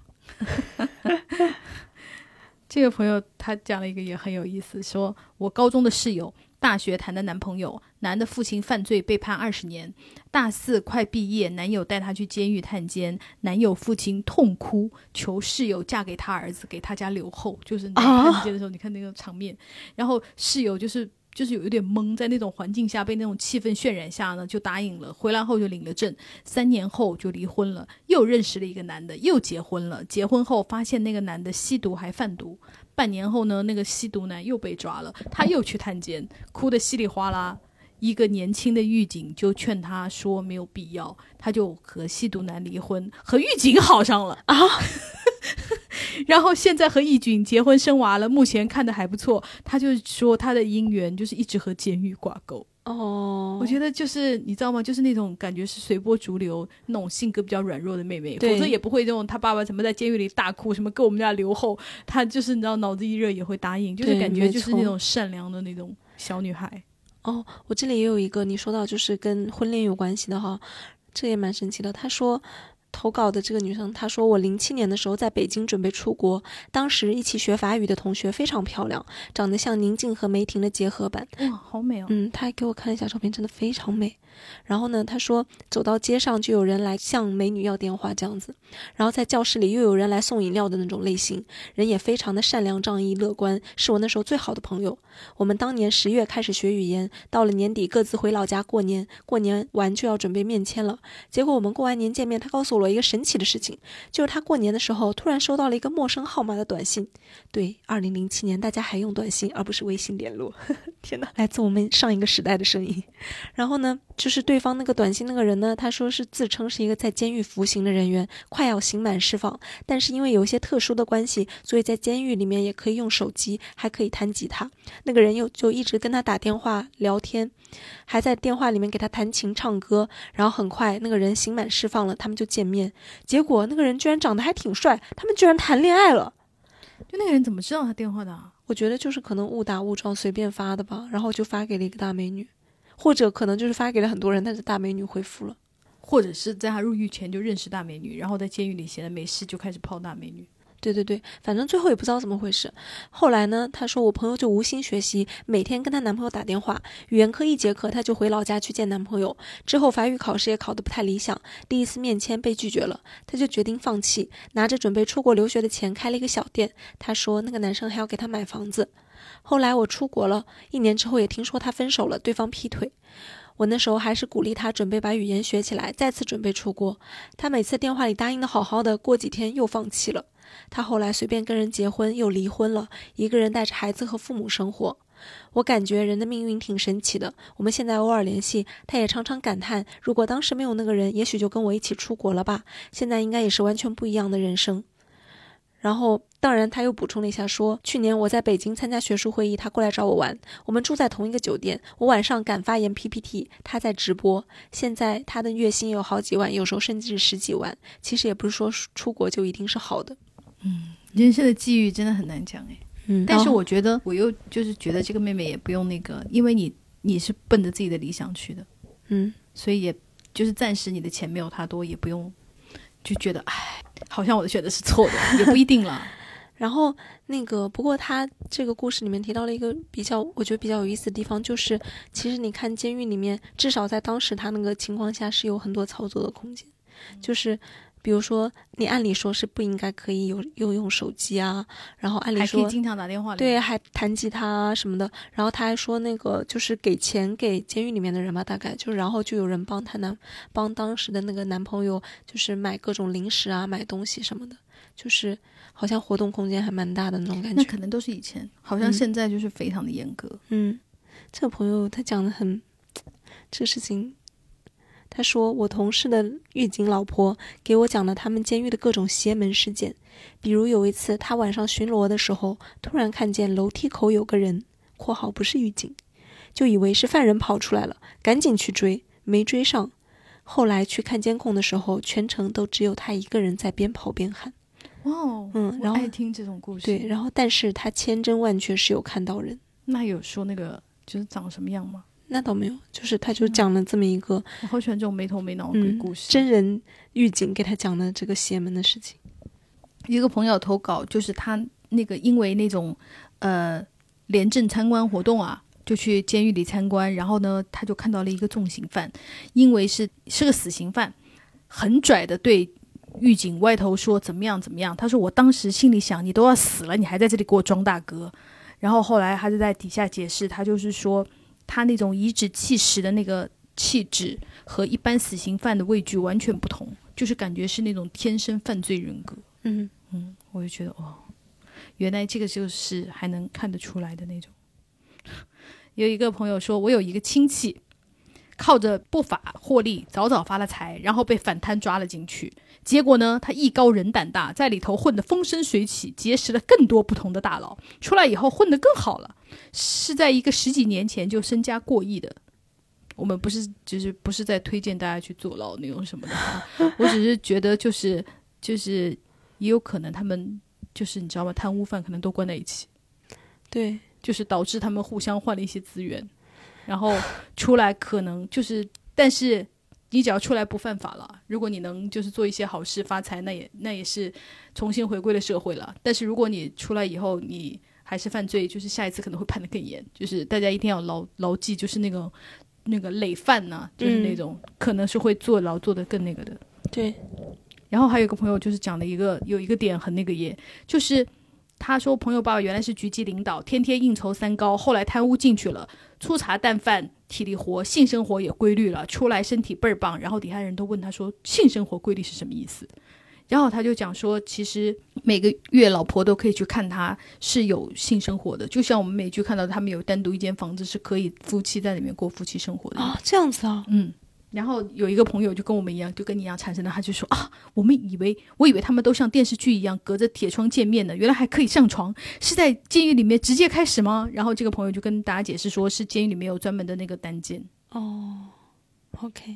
这个朋友他讲了一个也很有意思，说我高中的室友大学谈的男朋友，男的父亲犯罪被判20年，大4快毕业，男友带他去监狱探监，男友父亲痛哭求室友嫁给他儿子，给他家留后，就是探监的时候你看那个场面，然后室友就是有点懵，在那种环境下被那种气氛渲染下呢，就答应了。回来后就领了证，3年后就离婚了，又认识了一个男的，又结婚了。结婚后发现那个男的吸毒还贩毒，半年后呢，那个吸毒男又被抓了，他又去探监，哭得稀里哗啦。一个年轻的狱警就劝他说没有必要，他就和吸毒男离婚，和狱警好上了啊。然后现在和义军结婚生娃了，目前看的还不错。他就说他的姻缘就是一直和监狱挂钩。我觉得就是你知道吗？就是那种感觉是随波逐流，那种性格比较软弱的妹妹，否则也不会这种他爸爸怎么在监狱里大哭什么跟我们家留后，他就是你知道脑子一热也会答应，就是感觉就是那种善良的那种小女孩。 我这里也有一个你说到就是跟婚恋有关系的哈，这也蛮神奇的。他说投稿的这个女生，她说我07年的时候在北京准备出国，当时一起学法语的同学非常漂亮，长得像宁静和梅婷的结合版。 哇，好美哦。 她还给我看了一下照片，真的非常美。然后呢，她说走到街上就有人来向美女要电话这样子，然后在教室里又有人来送饮料的那种类型，人也非常的善良仗义乐观，是我那时候最好的朋友。我们当年10月开始学语言，到了年底各自回老家过年，过年完就要准备面签了。结果我们过完年见面，他告诉诉了一个神奇的事情，就是他过年的时候突然收到了一个陌生号码的短信。对，2007年大家还用短信而不是微信联络天哪，来自我们上一个时代的声音。然后呢，就是对方那个短信那个人呢，他说是自称是一个在监狱服刑的人员，快要刑满释放，但是因为有一些特殊的关系，所以在监狱里面也可以用手机，还可以弹吉他。那个人就一直跟他打电话聊天，还在电话里面给他弹琴唱歌，然后很快那个人刑满释放了，他们就见面，结果那个人居然长得还挺帅，他们居然谈恋爱了。 就那个人怎么知道他电话的啊？ 我觉得就是可能误打误撞随便发的吧，然后就发给了一个大美女，或者可能就是发给了很多人，但是大美女回复了， 或者是在他入狱前就认识大美女，然后在监狱里闲着没事就开始泡大美女。 对对对，反正最后也不知道怎么回事。后来呢，她说我朋友就无心学习，每天跟她男朋友打电话，语言课一节课她就回老家去见男朋友。之后法语考试也考得不太理想，第一次面签被拒绝了，她就决定放弃，拿着准备出国留学的钱开了一个小店。她说那个男生还要给她买房子。后来我出国了，1年之后也听说她分手了，对方劈腿。我那时候还是鼓励他准备把语言学起来，再次准备出国。他每次电话里答应的好好的，过几天又放弃了。他后来随便跟人结婚，又离婚了，一个人带着孩子和父母生活。我感觉人的命运挺神奇的，我们现在偶尔联系，他也常常感叹，如果当时没有那个人，也许就跟我一起出国了吧，现在应该也是完全不一样的人生。然后当然他又补充了一下说，去年我在北京参加学术会议，他过来找我玩，我们住在同一个酒店，我晚上赶发言 PPT， 他在直播，现在他的月薪有好几万，有时候甚至是10几万。其实也不是说出国就一定是好的。 人生的际遇真的很难讲但是我觉得我又就是觉得这个妹妹也不用那个，因为你是奔着自己的理想去的，所以也就是暂时你的钱没有他多，也不用就觉得好像我的选择是错的，也不一定了。 然后不过他这个故事里面提到了一个我觉得比较有意思的地方，就是其实你看监狱里面，至少在当时他那个情况下是有很多操作的空间，就是比如说你按理说是不应该可以又用手机啊，然后按理说还可以经常打电话， 对，还弹吉他啊什么的。然后他还说就是给钱给监狱里面的人吧，大概就然后就有人帮当时的那个男朋友就是买各种零食啊，买东西什么的，就是好像活动空间还蛮大的那种感觉。 那可能都是以前，好像现在就是非常的严格。 这个朋友他讲的这个事情，他说我同事的狱警老婆给我讲了他们监狱的各种邪门事件，比如有一次他晚上巡逻的时候，突然看见楼梯口有个人（括号不是狱警），就以为是犯人跑出来了，赶紧去追，没追上。后来去看监控的时候，全程都只有他一个人在边跑边喊。 哇哦， 然后我爱听这种故事。 对，然后但是他千真万确是有看到人。 那有说那个就是长什么样吗？ 那倒没有，就是他就讲了这么一个， 我好喜欢这种没头没脑的鬼故事。 真人狱警给他讲的这个邪门的事情。 一个朋友投稿，就是他那个因为那种廉政参观活动啊，就去监狱里参观，然后呢他就看到了一个重刑犯，因为是个死刑犯，很拽的对狱警歪头说怎么样怎么样。他说我当时心里想，你都要死了，你还在这里给我装大哥。然后后来他就在底下解释，他就是说他那种颐指气使的那个气质和一般死刑犯的畏惧完全不同，就是感觉是那种天生犯罪人格。我就觉得原来这个就是还能看得出来的那种。有一个朋友说，我有一个亲戚靠着不法获利早早发了财，然后被反贪抓了进去，结果呢他艺高人胆大，在里头混得风生水起，结识了更多不同的大佬，出来以后混得更好了，是在一个10几年前就身家过亿的。我们不是在推荐大家去坐牢那种什么的我只是觉得就是也有可能他们就是你知道吗，贪污犯可能都关在一起， 对， 就是导致他们互相换了一些资源，然后出来可能就是但是你只要出来不犯法了，如果你能就是做一些好事发财，那也是重新回归了社会了。但是如果你出来以后你还是犯罪，就是下一次可能会判得更严，就是大家一定要牢记，就是那个累犯呢，就是那种可能是会坐牢做得更那个的。 对。 然后还有一个朋友就是讲了有一个点很那个也，就是他说朋友爸爸原来是局级领导，天天应酬3高，后来贪污进去了，粗茶淡饭体力活，性生活也规律了，出来身体倍儿棒。然后底下人都问他说性生活规律是什么意思，然后他就讲说其实每个月老婆都可以去看他是有性生活的，就像我们美剧看到他们有单独一间房子是可以夫妻在里面过夫妻生活的啊，这样子啊。 然后有一个朋友就跟我们一样，就跟你一样产生的，他就说啊，我以为他们都像电视剧一样隔着铁窗见面的，原来还可以上床，是在监狱里面直接开始吗？然后这个朋友就跟大家解释说是监狱里面有专门的那个单间。 OK。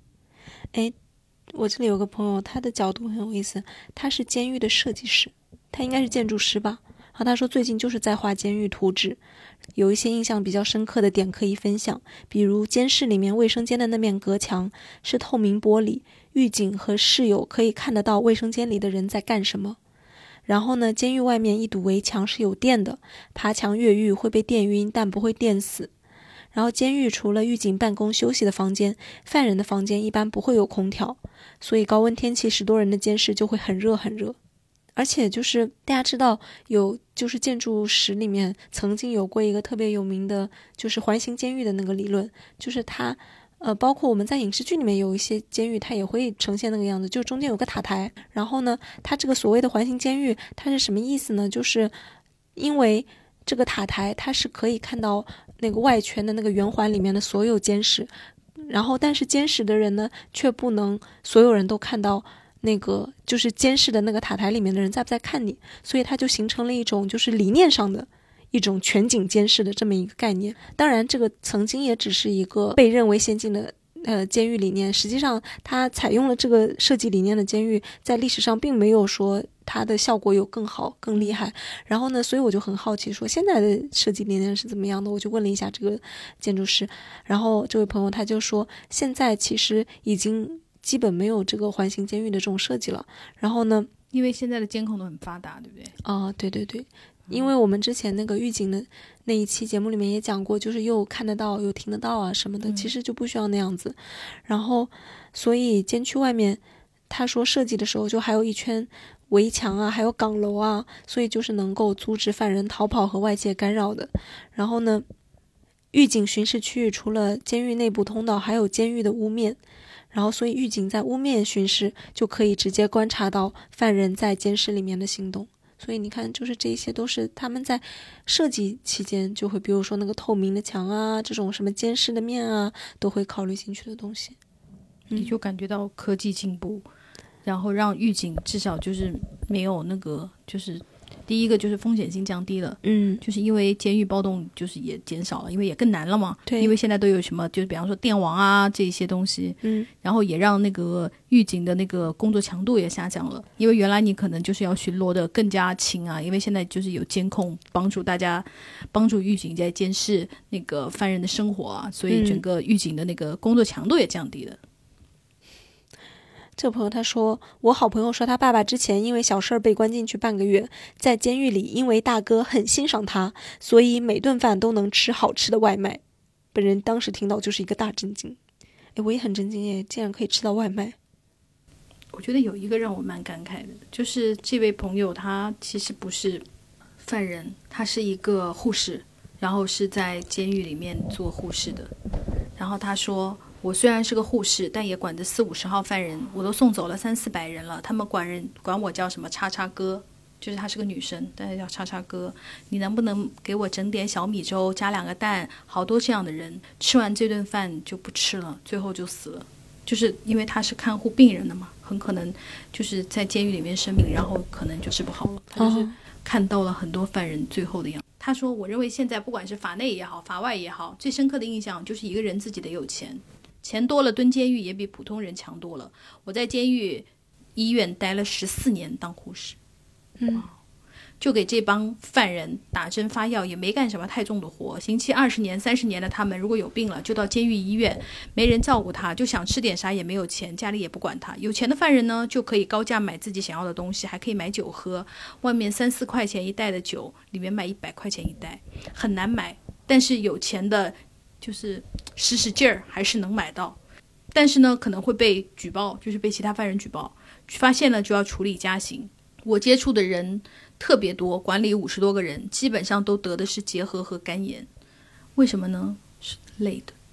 我这里有个朋友，他的角度很有意思，他是监狱的设计师，他应该是建筑师吧。然后他说最近就是在画监狱图纸，有一些印象比较深刻的点可以分享，比如监室里面卫生间的那面隔墙是透明玻璃，狱警和室友可以看得到卫生间里的人在干什么。然后呢，监狱外面一堵围墙是有电的，爬墙越狱会被电晕，但不会电死。然后监狱除了狱警办公休息的房间，犯人的房间一般不会有空调，所以高温天气10多人的监室就会很热很热。而且就是大家知道有就是建筑史里面曾经有过一个特别有名的就是环形监狱的那个理论，就是它包括我们在影视剧里面有一些监狱它也会呈现那个样子，就中间有个塔台。然后呢它这个所谓的环形监狱它是什么意思呢，就是因为这个塔台它是可以看到那个外圈的那个圆环里面的所有监室，然后但是监室的人呢却不能所有人都看到那个就是监视的那个塔台里面的人在不在看你，所以它就形成了一种就是理念上的一种全景监视的这么一个概念。当然这个曾经也只是一个被认为先进的监狱理念，实际上它采用了这个设计理念的监狱在历史上并没有说它的效果有更好更厉害。然后呢所以我就很好奇说现在的设计理念是怎么样的，我就问了一下这个建筑师，然后这位朋友他就说现在其实已经基本没有这个环形监狱的这种设计了。然后呢因为现在的监控都很发达，对不对？ 对对对，因为我们之前那个狱警的那一期节目里面也讲过，就是又看得到又听得到啊什么的，其实就不需要那样子。然后所以监区外面他说设计的时候就还有一圈围墙啊还有岗楼啊，所以就是能够阻止犯人逃跑和外界干扰的。然后呢狱警巡视区域除了监狱内部通道还有监狱的屋面，然后所以狱警在屋面巡视就可以直接观察到犯人在监室里面的行动。所以你看就是这些都是他们在设计期间就会比如说那个透明的墙啊这种什么监视的面啊都会考虑进去的东西。 你就感觉到科技进步，然后让狱警至少就是没有那个就是第一个就是风险性降低了，就是因为监狱暴动就是也减少了，因为也更难了嘛。 对， 因为现在都有什么，就是比方说电网啊这些东西，然后也让那个狱警的那个工作强度也下降了，因为原来你可能就是要巡逻的更加勤啊，因为现在就是有监控帮助大家，帮助狱警在监视那个犯人的生活啊，所以整个狱警的那个工作强度也降低了。 这个朋友他说我好朋友说他爸爸之前因为小事被关进去半个月，在监狱里因为大哥很欣赏他，所以每顿饭都能吃好吃的外卖。本人当时听到就是一个大震惊。我也很震惊耶，竟然可以吃到外卖。 我觉得有一个让我蛮感慨的，就是这位朋友他其实不是犯人，他是一个护士，然后是在监狱里面做护士的。然后他说我虽然是个护士，但也管着40-50号犯人，我都送走了300-400人了，他们管我叫什么叉叉哥，就是她是个女生，但是叫叉叉哥。你能不能给我整点小米粥加2个蛋？好多这样的人吃完这顿饭就不吃了，最后就死了，就是因为他是看护病人的嘛，很可能就是在监狱里面生病，然后可能就治不好了。他就是看到了很多犯人最后的样子。他说我认为现在不管是法内也好法外也好，最深刻的印象就是一个人自己得有钱，钱多了蹲监狱也比普通人强多了。我在监狱医院待了14年当护士，就给这帮犯人打针发药，也没干什么太重的活。刑期20年30年的他们如果有病了就到监狱医院，没人照顾他，就想吃点啥也没有钱，家里也不管他。有钱的犯人呢就可以高价买自己想要的东西，还可以买酒喝，外面3-4块钱一袋的酒里面卖100块钱一袋，很难买，但是有钱的就是使劲儿还是能买到。但是呢可能会被举报，就是被其他犯人举报，发现了就要处理加刑。我接触的人特别多，管理50多个人，基本上都得的是结核和肝炎。为什么呢？是累的，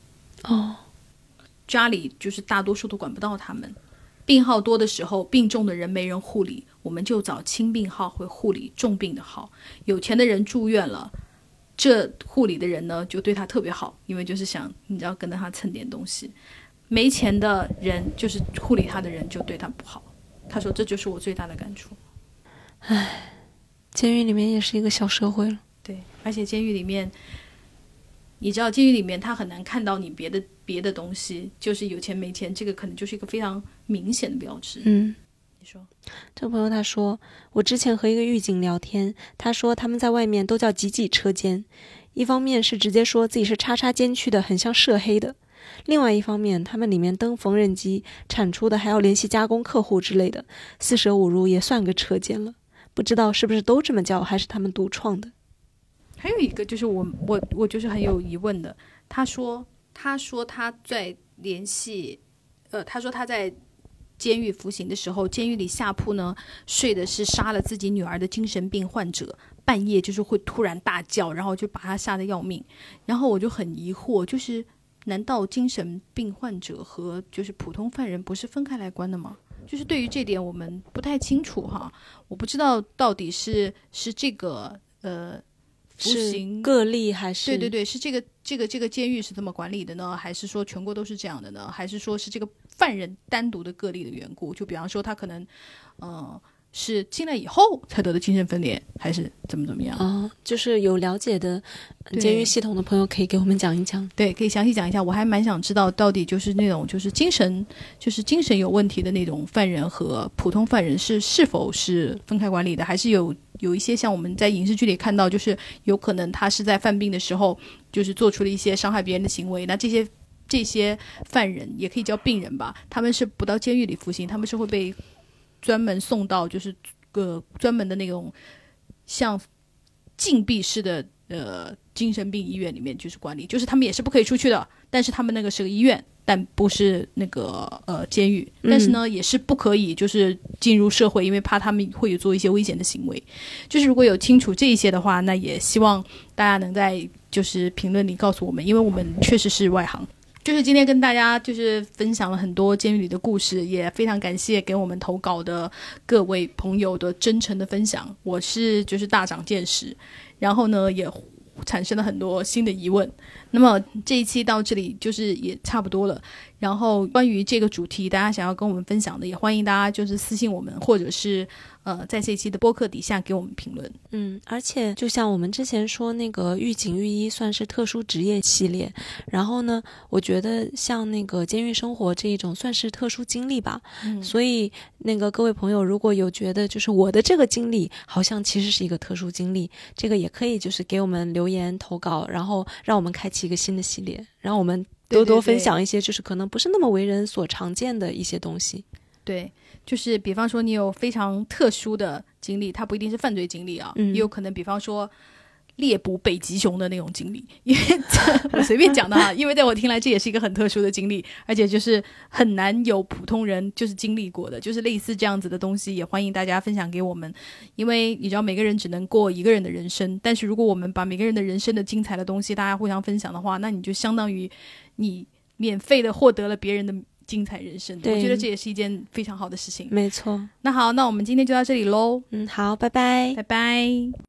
家里就是大多数都管不到他们。病号多的时候，病重的人没人护理，我们就找轻病号会护理重病的号。有钱的人住院了，这护理的人呢就对他特别好，因为就是想你知道跟着他蹭点东西。没钱的人就是护理他的人就对他不好。他说这就是我最大的感触。 唉，监狱里面也是一个小社会了。 对，而且监狱里面你知道监狱里面他很难看到你别的东西，就是有钱没钱，这个可能就是一个非常明显的标志。你说这个朋友他说，我之前和一个狱警聊天，他说他们在外面都叫几几车间，一方面是直接说自己是叉叉监区的，很像涉黑的，另外一方面他们里面蹬缝纫机产出的还要联系加工客户之类的，四舍五入也算个车间了，不知道是不是都这么叫，还是他们独创的。 还有一个就是我就是很有疑问的，他说他在联系他说他在监狱服刑的时候，监狱里下铺呢睡的是杀了自己女儿的精神病患者，半夜就是会突然大叫，然后就把他吓得要命。然后我就很疑惑，就是难道精神病患者和就是普通犯人不是分开来关的吗？就是对于这点我们不太清楚哈，我不知道到底是这个服刑是个例还是对，是这个监狱是这么管理的呢，还是说全国都是这样的呢？还是说是这个犯人单独的个例的缘故？就比方说他可能是进来以后才得的精神分裂，还是怎么样？ 就是有了解的监狱系统的朋友可以给我们讲一讲。 对，可以详细讲一下。我还蛮想知道到底就是那种就是精神有问题的那种犯人和普通犯人是否是分开管理的，还是有一些像我们在影视剧里看到，就是有可能他是在犯病的时候就是做出了一些伤害别人的行为，那这些犯人也可以叫病人吧，他们是不到监狱里服刑，他们是会被专门送到就是专门的那种像禁闭式的精神病医院里面就是管理，就是他们也是不可以出去的，但是他们那个是个医院，但不是那个监狱，但是呢也是不可以就是进入社会，因为怕他们会有做一些危险的行为。就是如果有清楚这一些的话，那也希望大家能在就是评论里告诉我们，因为我们确实是外行。就是今天跟大家就是分享了很多监狱里的故事，也非常感谢给我们投稿的各位朋友的真诚的分享，我是就是大长见识，然后呢也产生了很多新的疑问。那么这一期到这里就是也差不多了，然后关于这个主题大家想要跟我们分享的，也欢迎大家就是私信我们，或者是在这一期的播客底下给我们评论。 而且就像我们之前说那个狱警狱医算是特殊职业系列，然后呢我觉得像那个监狱生活这一种算是特殊经历吧，所以那个各位朋友如果有觉得就是我的这个经历好像其实是一个特殊经历，这个也可以就是给我们留言投稿，然后让我们开启一个新的系列，让我们多多分享一些就是可能不是那么为人所常见的一些东西。 对，就是比方说你有非常特殊的经历，它不一定是犯罪经历啊，也有可能比方说猎捕北极熊的那种经历，因为我随便讲的哈，因为在我听来这也是一个很特殊的经历，而且就是很难有普通人就是经历过的，就是类似这样子的东西也欢迎大家分享给我们。因为你知道每个人只能过一个人的人生，但是如果我们把每个人的人生的精彩的东西大家互相分享的话，那你就相当于你免费的获得了别人的精彩人生，我觉得这也是一件非常好的事情。 没错。 那好，那我们今天就到这里咯。 好，拜拜。 拜拜。